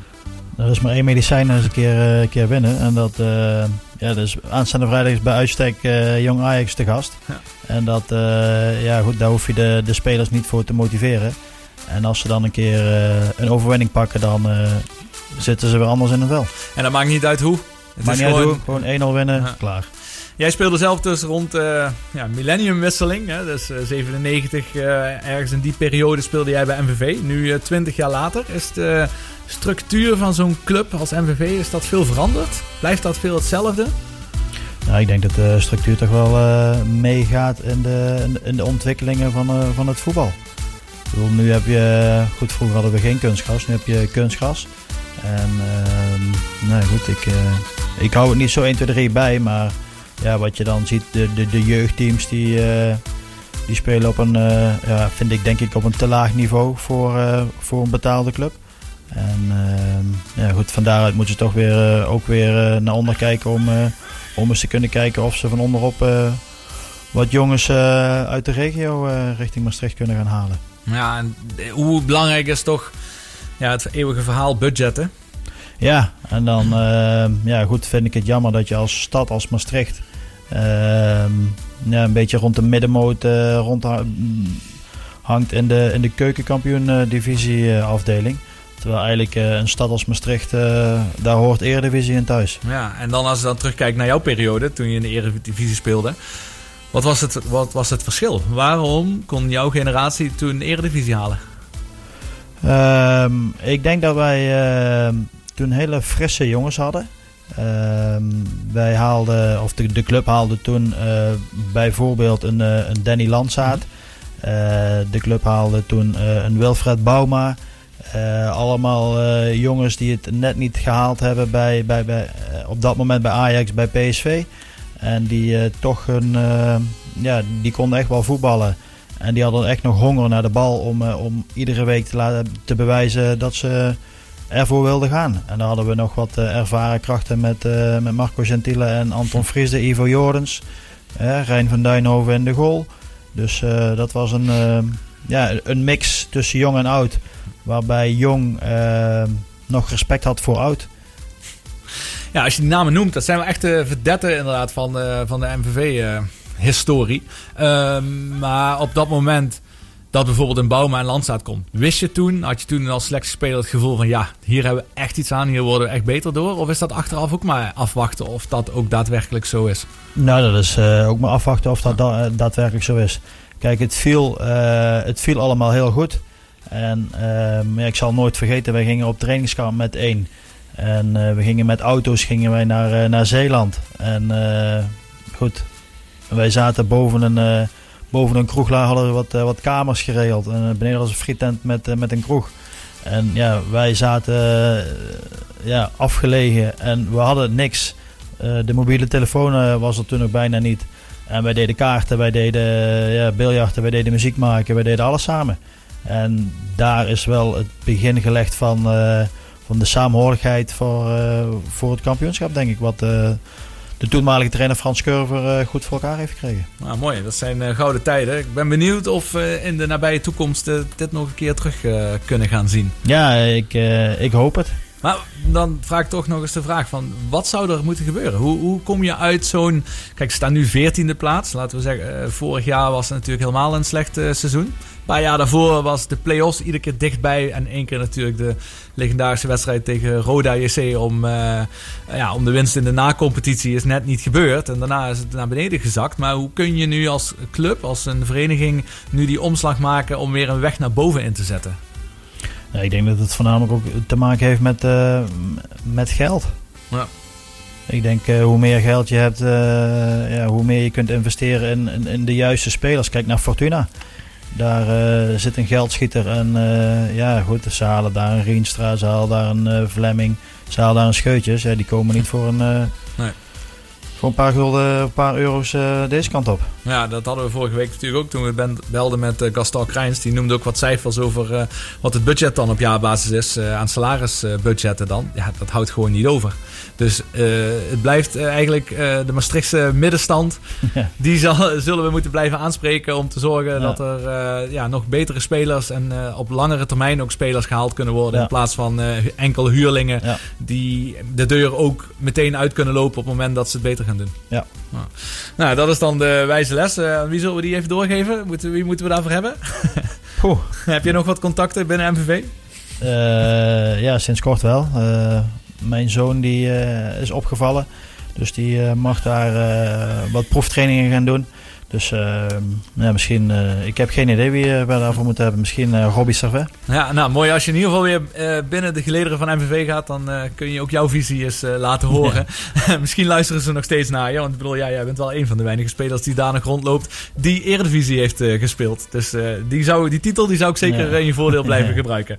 Er is maar één medicijn eens een keer, uh, een keer winnen. En dat uh, ja, dus aanstaande vrijdag is bij uitstek uh, Jong Ajax te gast. Ja. En dat, uh, ja goed, daar hoef je de, de spelers niet voor te motiveren. En als ze dan een keer uh, een overwinning pakken, dan uh, zitten ze weer anders in het vel. En dat maakt niet uit hoe. Het maakt is niet gewoon... uit hoe. Gewoon één nul winnen, ja. Klaar. Jij speelde zelf dus rond uh, ja, millenniumwisseling. Hè? Dus uh, zevenennegentig, uh, ergens in die periode speelde jij bij M V V. Nu uh, twintig jaar later. Is de structuur van zo'n club als M V V, is dat veel veranderd? Blijft dat veel hetzelfde? Nou, ik denk dat de structuur toch wel uh, meegaat in de, in de ontwikkelingen van, uh, van het voetbal. Ik bedoel, nu heb je, goed, vroeger hadden we geen kunstgras, nu heb je kunstgras. En uh, nee, goed, ik, uh, ik hou het niet zo één, twee, drie bij, maar ja, wat je dan ziet, de, de, de jeugdteams die, uh, die spelen op een, uh, ja, vind ik denk ik op een te laag niveau voor, uh, voor een betaalde club. En uh, ja, goed, van daaruit moeten ze toch weer, uh, ook weer uh, naar onder kijken om, uh, om eens te kunnen kijken of ze van onderop uh, wat jongens uh, uit de regio uh, richting Maastricht kunnen gaan halen. Ja, en hoe belangrijk is toch ja, het eeuwige verhaal budgetten? Ja, en dan uh, ja, goed, vind ik het jammer dat je als stad, als Maastricht, uh, ja, een beetje rond de middenmoot uh, rond hangt in de, in de keukenkampioen-divisie uh, afdeling. Terwijl eigenlijk uh, een stad als Maastricht, uh, daar hoort Eredivisie in thuis. Ja, en dan als je dan terugkijkt naar jouw periode, toen je in de Eredivisie speelde. Wat was het, wat was het verschil? Waarom kon jouw generatie toen de Eredivisie halen? Uh, ik denk dat wij uh, toen hele frisse jongens hadden. Uh, wij haalden, of de, de club haalde toen uh, bijvoorbeeld een, uh, een Danny Landsaat. Uh, de club haalde toen uh, een Wilfred Bouma. Uh, allemaal uh, jongens die het net niet gehaald hebben bij, bij, bij, uh, op dat moment bij Ajax, bij P S V. En die uh, toch een, uh, ja, die konden echt wel voetballen. En die hadden echt nog honger naar de bal om, uh, om iedere week te, laten, te bewijzen dat ze ervoor wilden gaan. En dan hadden we nog wat uh, ervaren krachten met, uh, met Marco Gentile en Anton Friesde, Ivo Jordens, uh, Rijn van Duinhoven in de goal. Dus uh, dat was een, uh, ja, een mix tussen jong en oud. Waarbij jong uh, nog respect had voor oud. Ja, als je die namen noemt, dat zijn wel echt de verdetten inderdaad van de, van de M V V-historie. Uh, uh, maar op dat moment dat bijvoorbeeld een Bouma en Landsaat komt, wist je toen, had je toen als selectiespeler het gevoel van ja, hier hebben we echt iets aan, hier worden we echt beter door? Of is dat achteraf ook maar afwachten of dat ook daadwerkelijk zo is? Nou, dat is uh, ook maar afwachten of dat da- daadwerkelijk zo is. Kijk, het viel, uh, het viel allemaal heel goed. En uh, ik zal nooit vergeten, wij gingen op trainingskamp met één. En uh, we gingen met auto's gingen wij naar, uh, naar Zeeland. En uh, goed, wij zaten boven een, uh, boven een kroeg, hadden we wat, uh, wat kamers geregeld. En uh, beneden was een frietent met, uh, met een kroeg. En ja, wij zaten uh, ja, afgelegen en we hadden niks. Uh, de mobiele telefoon uh, was er toen nog bijna niet. En wij deden kaarten, wij deden uh, ja, biljarten, wij deden muziek maken, wij deden alles samen. En daar is wel het begin gelegd van, uh, van de saamhorigheid voor, uh, voor het kampioenschap, denk ik. Wat uh, de toenmalige trainer Frans Curver uh, goed voor elkaar heeft gekregen. Nou, mooi, dat zijn uh, gouden tijden. Ik ben benieuwd of uh, in de nabije toekomst uh, dit nog een keer terug uh, kunnen gaan zien. Ja, ik, uh, ik hoop het. Maar dan vraag ik toch nog eens de vraag van, wat zou er moeten gebeuren? Hoe, hoe kom je uit zo'n... Kijk, ze staan nu veertiende plaats. Laten we zeggen, uh, vorig jaar was het natuurlijk helemaal een slecht uh, seizoen. Een paar jaar daarvoor was de play-offs iedere keer dichtbij. En één keer natuurlijk de legendarische wedstrijd tegen Roda J C om, uh, ja, om de winst in de na-competitie is net niet gebeurd. En daarna is het naar beneden gezakt. Maar hoe kun je nu als club, als een vereniging, nu die omslag maken om weer een weg naar boven in te zetten? Ja, ik denk dat het voornamelijk ook te maken heeft met, uh, met geld. Ja. Ik denk uh, hoe meer geld je hebt, uh, ja, hoe meer je kunt investeren in, in, in de juiste spelers. Kijk naar Fortuna. Daar uh, zit een geldschieter en uh, ja goed, ze halen daar een Rienstra, ze halen daar een uh, Vlemming, ze halen daar een Scheutjes. Ja, die komen niet voor een, uh, nee. voor een paar gulden, een paar euro's uh, deze kant op. Ja, dat hadden we vorige week natuurlijk ook toen we belden met uh, Gaston Krijns. Die noemde ook wat cijfers over uh, wat het budget dan op jaarbasis is uh, aan salarisbudgetten dan. Ja, dat houdt gewoon niet over. Dus uh, het blijft uh, eigenlijk uh, de Maastrichtse middenstand. Ja. Die zal, zullen we moeten blijven aanspreken om te zorgen ja. dat er uh, ja, nog betere spelers en uh, op langere termijn ook spelers gehaald kunnen worden. Ja. In plaats van uh, enkel huurlingen ja. die de deur ook meteen uit kunnen lopen op het moment dat ze het beter gaan doen. Ja. Nou, nou dat is dan de wijze les. Uh, wie zullen we die even doorgeven? Moeten, wie moeten we daarvoor hebben? Heb je nog wat contacten binnen M V V? Uh, ja, sinds kort wel. Uh, mijn zoon die uh, is opgevallen. Dus die uh, mag daar uh, wat proeftrainingen gaan doen. Dus uh, ja, misschien, uh, ik heb geen idee wie uh, we daarvoor moeten hebben. Misschien uh, Robbie Servet. Ja, nou mooi. Als je in ieder geval weer uh, binnen de gelederen van M V V gaat, dan uh, kun je ook jouw visie eens uh, laten horen. Ja. Misschien luisteren ze nog steeds naar je. Want ik bedoel, ja, jij bent wel een van de weinige spelers die daar nog rondloopt, die Eredivisie heeft uh, gespeeld. Dus uh, die, zou, die titel die zou ik zeker ja. in je voordeel blijven ja. gebruiken.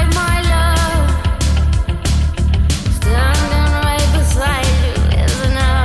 Standing right beside you is enough.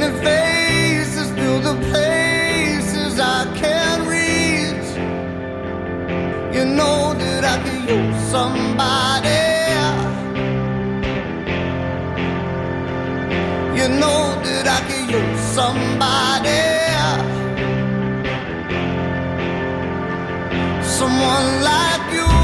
many faces fill the places I can't reach. You know that I could use somebody. You know that I could use somebody. Someone like you.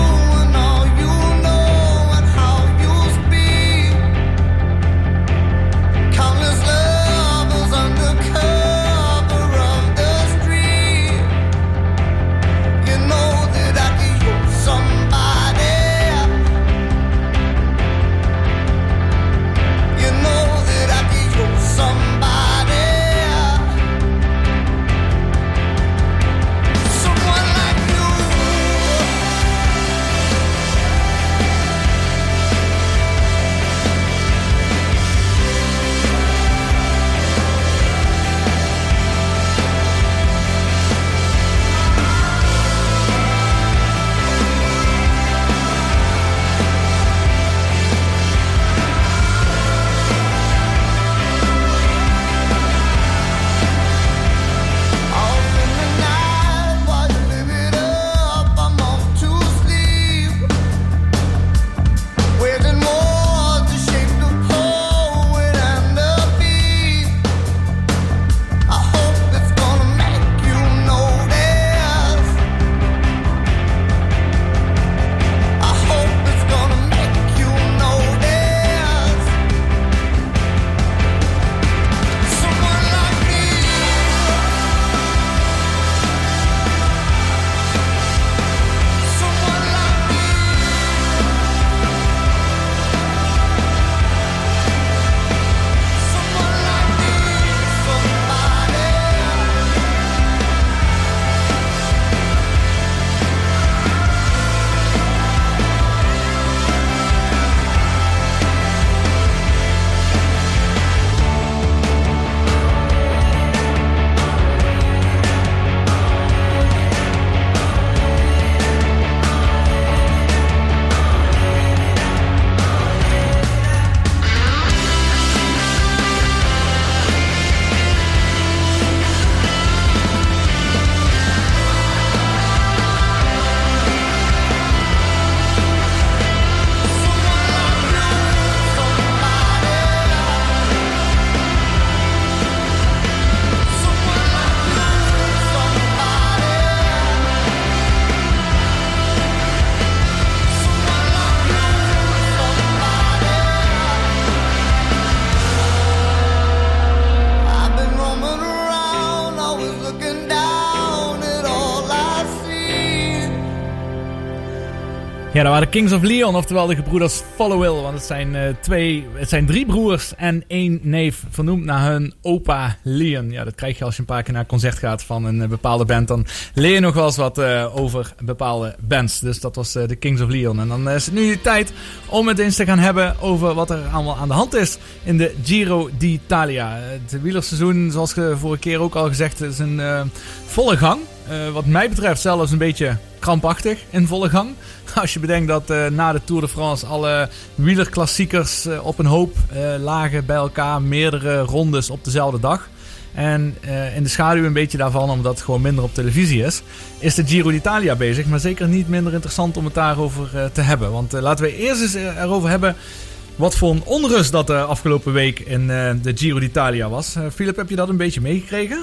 Ja, dat waren de Kings of Leon, oftewel de gebroeders Followill. Want het zijn, uh, twee, het zijn drie broers en één neef, vernoemd naar hun opa Leon. Ja, dat krijg je als je een paar keer naar een concert gaat van een uh, bepaalde band. Dan leer je nog wel eens wat uh, over bepaalde bands. Dus dat was uh, de Kings of Leon. En dan uh, is het nu tijd om het eens te gaan hebben over wat er allemaal aan de hand is in de Giro d'Italia. Het wielerseizoen, zoals ge vorige keer ook al gezegd, is een uh, volle gang. Uh, wat mij betreft zelfs een beetje krampachtig in volle gang. Als je bedenkt dat uh, na de Tour de France alle wielerklassiekers uh, op een hoop uh, lagen bij elkaar. Meerdere rondes op dezelfde dag. En uh, in de schaduw een beetje daarvan, omdat het gewoon minder op televisie is, is de Giro d'Italia bezig. Maar zeker niet minder interessant om het daarover uh, te hebben. Want uh, laten we eerst eens uh, erover hebben wat voor een onrust dat de uh, afgelopen week in uh, de Giro d'Italia was. Uh, Philip, heb je dat een beetje meegekregen?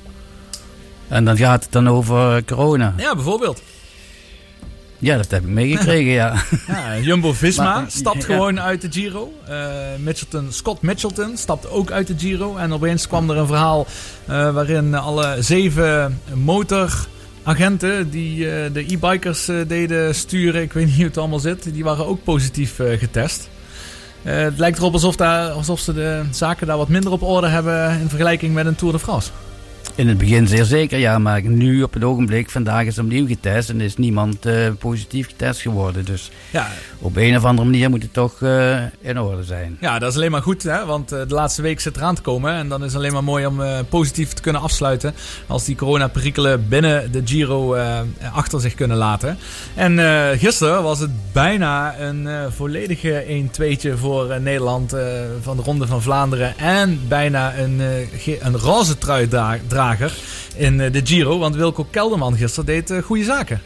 En dan gaat het dan over corona. Ja, bijvoorbeeld. Ja, dat heb ik meegekregen, ja. ja Jumbo-Visma maar, stapt ja. gewoon uit de Giro. Uh, Mitchelton, Scott Mitchelton stapt ook uit de Giro. En opeens kwam er een verhaal uh, waarin alle zeven motoragenten die uh, de e-bikers uh, deden sturen, ik weet niet hoe het allemaal zit, die waren ook positief uh, getest. Uh, het lijkt erop alsof, daar, alsof ze de zaken daar wat minder op orde hebben in vergelijking met een Tour de France. In het begin zeer zeker, ja. Maar nu op het ogenblik, vandaag is opnieuw getest en is niemand uh, positief getest geworden. Dus ja. op een of andere manier moet het toch uh, in orde zijn. Ja, dat is alleen maar goed, hè? Want uh, de laatste week zit eraan te komen. En dan is het alleen maar mooi om uh, positief te kunnen afsluiten. Als die coronaperikelen binnen de Giro uh, achter zich kunnen laten. En uh, gisteren was het bijna een uh, volledige een-tweetje voor uh, Nederland uh, van de Ronde van Vlaanderen. En bijna een, uh, een roze truidrager in uh, de Giro. Want Wilco Kelderman gisteren deed uh, goede zaken.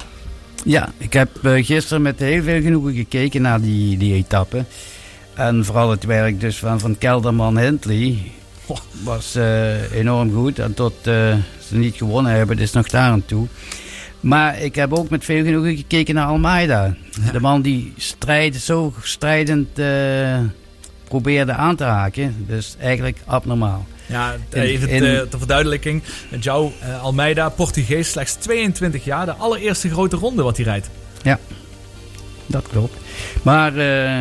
Ja, ik heb uh, gisteren met heel veel genoegen gekeken naar die, die etappe. En vooral het werk dus van, van Kelderman Hindley was uh, enorm goed. En tot uh, ze niet gewonnen hebben, is nog daar aan toe. Maar ik heb ook met veel genoegen gekeken naar Almeida. Ja. De man die strijd, zo strijdend uh, probeerde aan te haken. Dus eigenlijk abnormaal. Ja, even in, in, ter verduidelijking. João uh, Almeida, Portugees, slechts tweeëntwintig jaar. De allereerste grote ronde wat hij rijdt. Ja, dat klopt. Maar uh,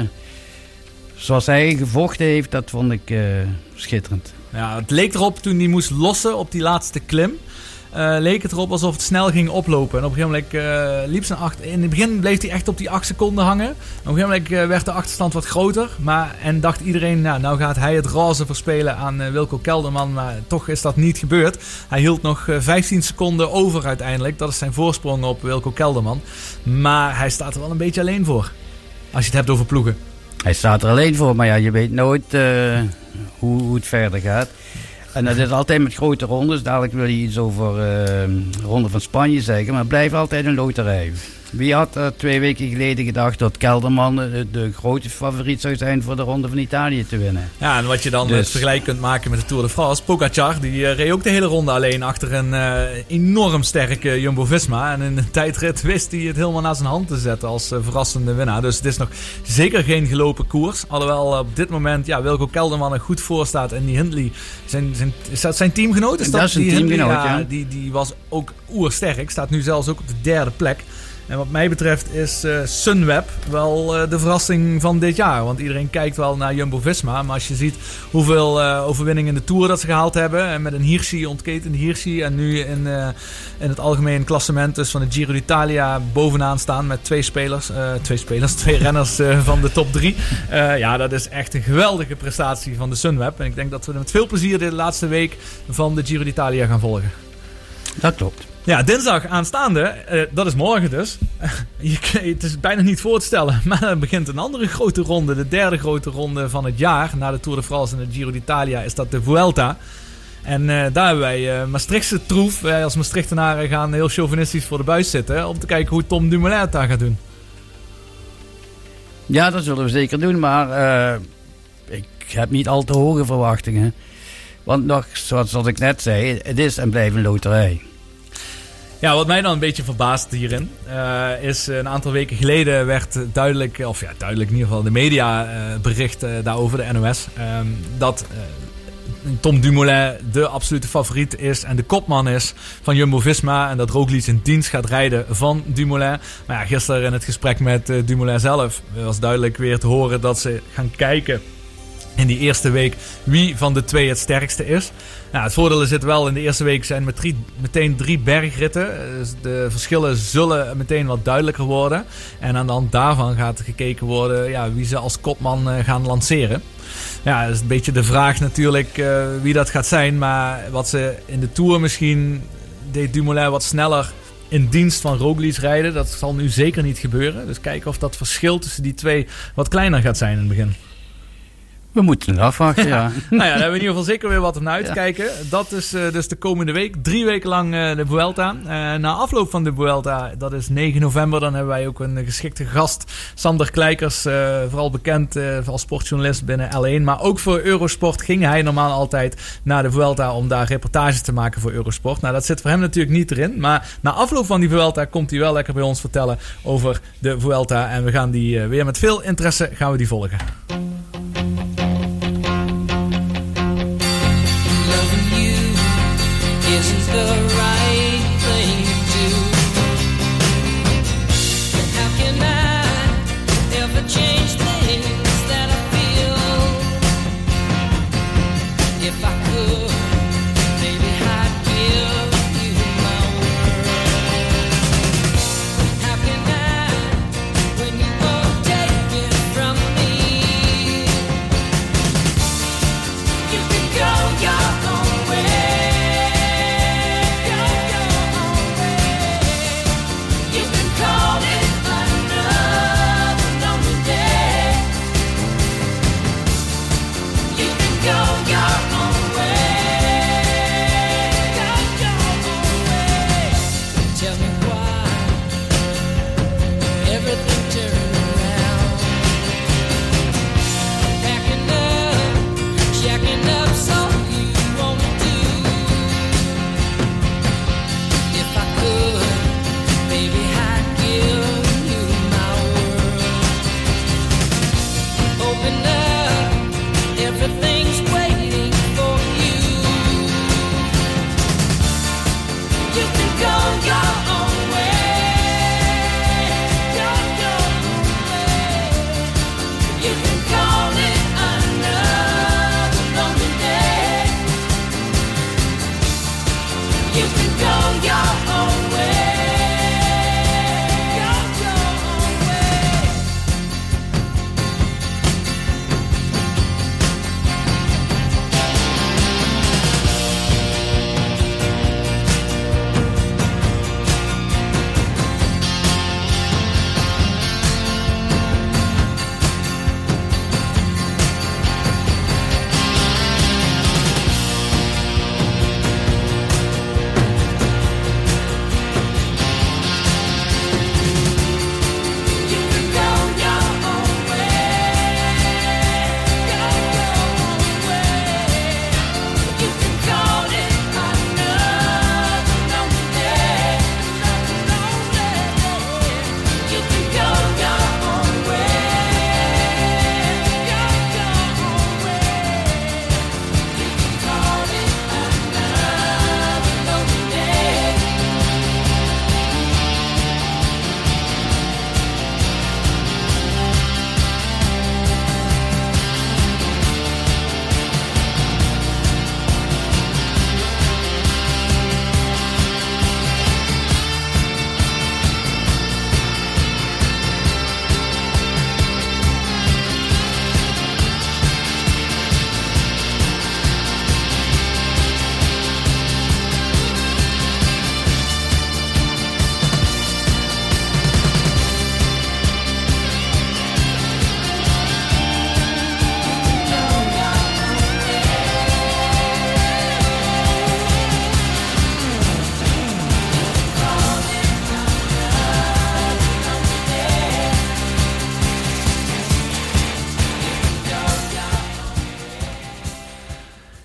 zoals hij gevochten heeft, dat vond ik uh, schitterend. Ja, het leek erop toen hij moest lossen op die laatste klim. Uh, leek het erop alsof het snel ging oplopen. En op een gegeven moment uh, liep zijn achter... In het begin bleef hij echt op die acht seconden hangen. Op een gegeven moment uh, werd de achterstand wat groter. Maar, en dacht iedereen, nou, nou gaat hij het roze verspelen aan uh, Wilco Kelderman. Maar toch is dat niet gebeurd. Hij hield nog uh, vijftien seconden over uiteindelijk. Dat is zijn voorsprong op Wilco Kelderman. Maar hij staat er wel een beetje alleen voor. Als je het hebt over ploegen. Hij staat er alleen voor. Maar ja, je weet nooit uh, hoe, hoe het verder gaat. En dat is altijd met grote rondes. Dadelijk wil je iets over uh, Ronde van Spanje zeggen. Maar het blijft altijd een loterij. Wie had er twee weken geleden gedacht dat Kelderman de, de grote favoriet zou zijn voor de Ronde van Italië te winnen? Ja, en wat je dan dus het vergelijk kunt maken met de Tour de France. Pogacar, die uh, reed ook de hele ronde alleen achter een uh, enorm sterke Jumbo-Visma. En in een tijdrit wist hij het helemaal naar zijn hand te zetten als uh, verrassende winnaar. Dus het is nog zeker geen gelopen koers. Alhoewel uh, op dit moment ja, Wilco Kelderman er goed voor staat. En die Hindley, zijn, zijn, is dat zijn teamgenoot? Is dat, dat is een die teamgenoot, Hindley, ja. ja. Die, die was ook oersterk. Staat nu zelfs ook op de derde plek. En wat mij betreft is uh, Sunweb wel uh, de verrassing van dit jaar. Want iedereen kijkt wel naar Jumbo-Visma. Maar als je ziet hoeveel uh, overwinningen in de Tour dat ze gehaald hebben. En met een Hirschi, ontketende Hirschi. En nu in, uh, in het algemeen klassement dus van de Giro d'Italia bovenaan staan. Met twee spelers. Uh, twee spelers, twee renners uh, van de top drie. Uh, ja, dat is echt een geweldige prestatie van de Sunweb. En ik denk dat we met veel plezier de laatste week van de Giro d'Italia gaan volgen. Dat klopt. Ja, dinsdag aanstaande, uh, dat is morgen dus. Je, het is bijna niet voor te stellen, maar dan begint een andere grote ronde. De derde grote ronde van het jaar. Na de Tour de France en de Giro d'Italia is dat de Vuelta. En uh, daar hebben wij uh, Maastrichtse troef. Wij als Maastrichtenaren gaan heel chauvinistisch voor de buis zitten. Om te kijken hoe Tom Dumoulin het daar gaat doen. Ja, dat zullen we zeker doen. Maar uh, ik heb niet al te hoge verwachtingen. Want nog, zoals ik net zei, het is en blijft een loterij. Ja, wat mij dan een beetje verbaast hierin uh, is een aantal weken geleden werd duidelijk, of ja duidelijk in ieder geval de media uh, bericht uh, daarover, de N O S, um, dat uh, Tom Dumoulin de absolute favoriet is en de kopman is van Jumbo-Visma en dat Roglic in dienst gaat rijden van Dumoulin. Maar ja, gisteren in het gesprek met uh, Dumoulin zelf was duidelijk weer te horen dat ze gaan kijken in die eerste week wie van de twee het sterkste is. Nou, het voordeel zit wel in de eerste week zijn met drie, meteen drie bergritten. Dus de verschillen zullen meteen wat duidelijker worden. En aan de hand daarvan gaat gekeken worden ja, wie ze als kopman uh, gaan lanceren. Ja, dat is een beetje de vraag natuurlijk uh, wie dat gaat zijn. Maar wat ze in de Tour misschien deed Dumoulin wat sneller in dienst van Roglic rijden. Dat zal nu zeker niet gebeuren. Dus kijken of dat verschil tussen die twee wat kleiner gaat zijn in het begin. We moeten het afwachten, ja. ja. Nou ja, daar hebben we in ieder geval zeker weer wat om naar uit te ja. kijken. Dat is uh, dus de komende week. Drie weken lang uh, de Vuelta. Uh, na afloop van de Vuelta, dat is negen november, dan hebben wij ook een geschikte gast. Sander Kleikers, uh, vooral bekend uh, als sportjournalist binnen L één. Maar ook voor Eurosport ging hij normaal altijd naar de Vuelta om daar reportages te maken voor Eurosport. Nou, dat zit voor hem natuurlijk niet erin. Maar na afloop van die Vuelta komt hij wel lekker bij ons vertellen over de Vuelta. En we gaan die uh, weer met veel interesse gaan we die volgen. Isn't the right thing to do? How can I ever change things that I feel? If I could, maybe I'd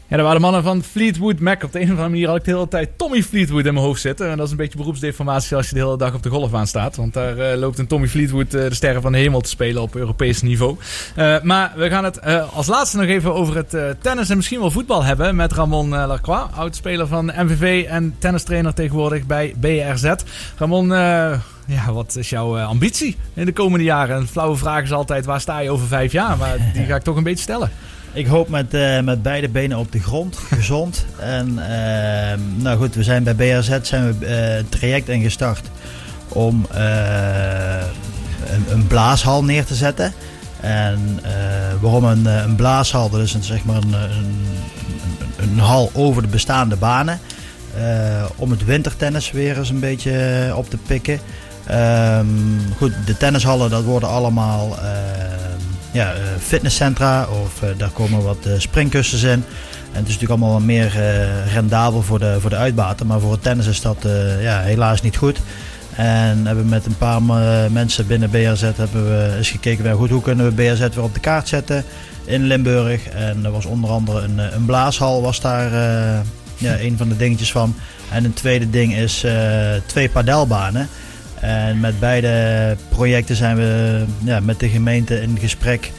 Ja, dat waren de mannen van Fleetwood Mac. Op de een of andere manier had ik de hele tijd Tommy Fleetwood in mijn hoofd zitten. En dat is een beetje beroepsdeformatie als je de hele dag op de golfbaan staat. Want daar uh, loopt een Tommy Fleetwood uh, de sterren van de hemel te spelen op Europees niveau. Uh, maar we gaan het uh, als laatste nog even over het uh, tennis en misschien wel voetbal hebben. Met Ramon uh, Lacroix, oudspeler van M V V en tennistrainer tegenwoordig bij B R Z. Ramon, uh, ja, wat is jouw uh, ambitie in de komende jaren? Een flauwe vraag is altijd, waar sta je over vijf jaar? Maar die ga ik toch een beetje stellen. Ik hoop met, uh, met beide benen op de grond, gezond. En uh, nou goed, we zijn bij B R Z zijn we uh, een traject ingestart om uh, een, een blaashal neer te zetten. En uh, waarom een, een blaashal? Dat is een, zeg maar een, een, een, een hal over de bestaande banen. Uh, om het wintertennis weer eens een beetje op te pikken. Uh, goed, de tennishallen dat worden allemaal uh, ja, fitnesscentra of uh, daar komen wat uh, springkussens in. En het is natuurlijk allemaal wat meer uh, rendabel voor de, voor de uitbater. Maar voor het tennis is dat uh, ja, helaas niet goed. En hebben we met een paar uh, mensen binnen B R Z hebben we eens gekeken naar goed, hoe kunnen we B R Z weer op de kaart zetten in Limburg. En er was onder andere een, een blaashal was daar uh, ja, een van de dingetjes van. En een tweede ding is uh, twee padelbanen. En met beide projecten zijn we ja, met de gemeente in gesprek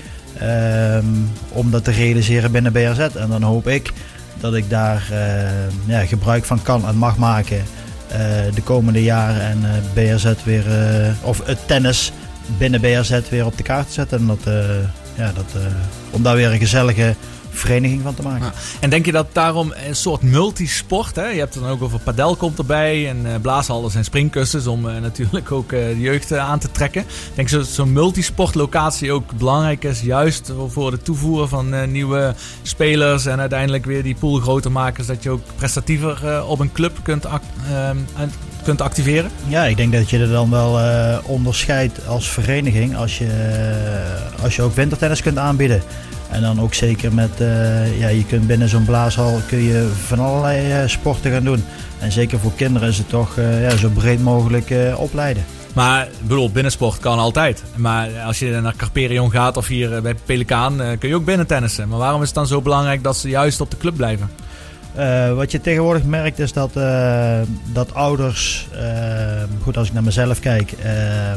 um, om dat te realiseren binnen B R Z. En dan hoop ik dat ik daar uh, ja, gebruik van kan en mag maken uh, de komende jaren. En uh, B R Z weer, uh, of het tennis binnen B R Z weer op de kaart te zetten. En dat, uh, ja, dat, uh, om daar weer een gezellige vereniging van te maken. Ja. En denk je dat daarom een soort multisport, hè? Je hebt het dan ook over padel komt erbij en uh, blaashallen zijn springkussens om uh, natuurlijk ook uh, de jeugd uh, aan te trekken. Denk je dat zo'n multisportlocatie ook belangrijk is, juist voor het toevoeren van uh, nieuwe spelers en uiteindelijk weer die pool groter maken, zodat je ook prestatiever uh, op een club kunt, act, uh, kunt activeren? Ja, ik denk dat je er dan wel uh, onderscheidt als vereniging als je, uh, als je ook wintertennis kunt aanbieden. En dan ook zeker met, uh, ja, je kunt binnen zo'n blaashal kun je van allerlei uh, sporten gaan doen. En zeker voor kinderen is het toch uh, ja, zo breed mogelijk uh, opleiden. Maar ik bedoel, binnensport kan altijd. Maar als je naar Carperion gaat of hier uh, bij Pelikaan, uh, kun je ook binnen tennissen. Maar waarom is het dan zo belangrijk dat ze juist op de club blijven? Uh, wat je tegenwoordig merkt is dat, uh, dat ouders, uh, goed als ik naar mezelf kijk, uh,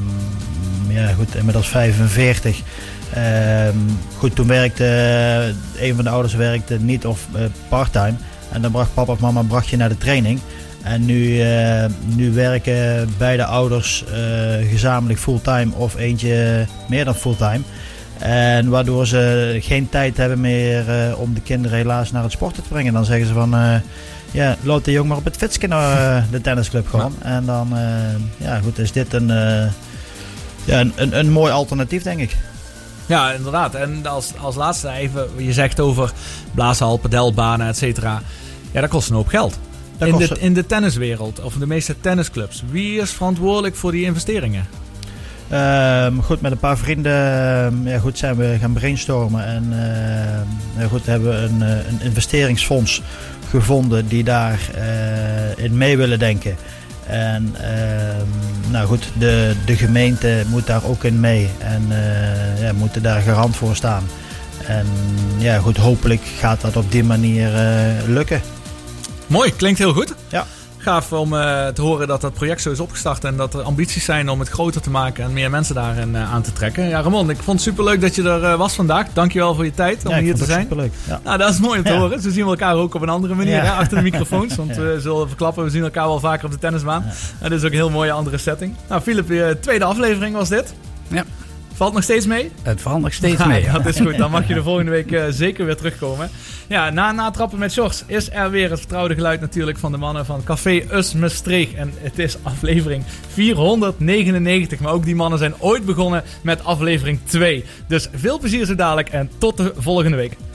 ja goed, inmiddels vijfenveertig. Uh, goed, toen werkte uh, een van de ouders werkte niet of uh, parttime. En dan bracht papa of mama bracht je naar de training. En nu, uh, nu werken beide ouders uh, gezamenlijk fulltime of eentje meer dan fulltime. En waardoor ze geen tijd hebben meer uh, om de kinderen helaas naar het sporten te brengen. Dan zeggen ze van, uh, ja, laat de jongen maar op het fietsje naar uh, de tennisclub gaan. Ja. En dan, uh, ja goed, is dit een, uh, ja, een, een, een mooi alternatief, denk ik. Ja, inderdaad. En als, als laatste even, je zegt over blaashal, padelbanen, et cetera. Ja, dat kost een hoop geld. In de, in de tenniswereld, of de meeste tennisclubs. Wie is verantwoordelijk voor die investeringen? Uh, goed, met een paar vrienden uh, ja, goed, zijn we gaan brainstormen. En uh, goed, hebben we een, een investeringsfonds gevonden die daar uh, in mee willen denken. En uh, nou goed, de, de gemeente moet daar ook in mee en uh, ja, moeten daar garant voor staan. En ja goed, hopelijk gaat dat op die manier uh, lukken. Mooi, klinkt heel goed. Ja. Gaaf om uh, te horen dat dat project zo is opgestart en dat er ambities zijn om het groter te maken en meer mensen daarin uh, aan te trekken. Ja, Ramon, ik vond het superleuk dat je er uh, was vandaag. Dankjewel voor je tijd om ja, hier te zijn. Superleuk. Ja. Nou, dat is mooi om te ja. horen. Zo zien we elkaar ook op een andere manier, ja. hè, achter de microfoons. Want ja. we zullen verklappen, we zien elkaar wel vaker op de tennisbaan. Ja. En dit is ook een heel mooie andere setting. Nou, Philip, je tweede aflevering was dit. Ja. Valt nog steeds mee? Het valt nog steeds ja, mee. Ja. Dat is goed, dan mag je de volgende week uh, zeker weer terugkomen. Ja, na natrappen met Sjors is er weer het vertrouwde geluid natuurlijk van de mannen van Café Us Maastricht. En het is aflevering vierhonderdnegenennegentig. Maar ook die mannen zijn ooit begonnen met aflevering twee. Dus veel plezier zo dadelijk en tot de volgende week.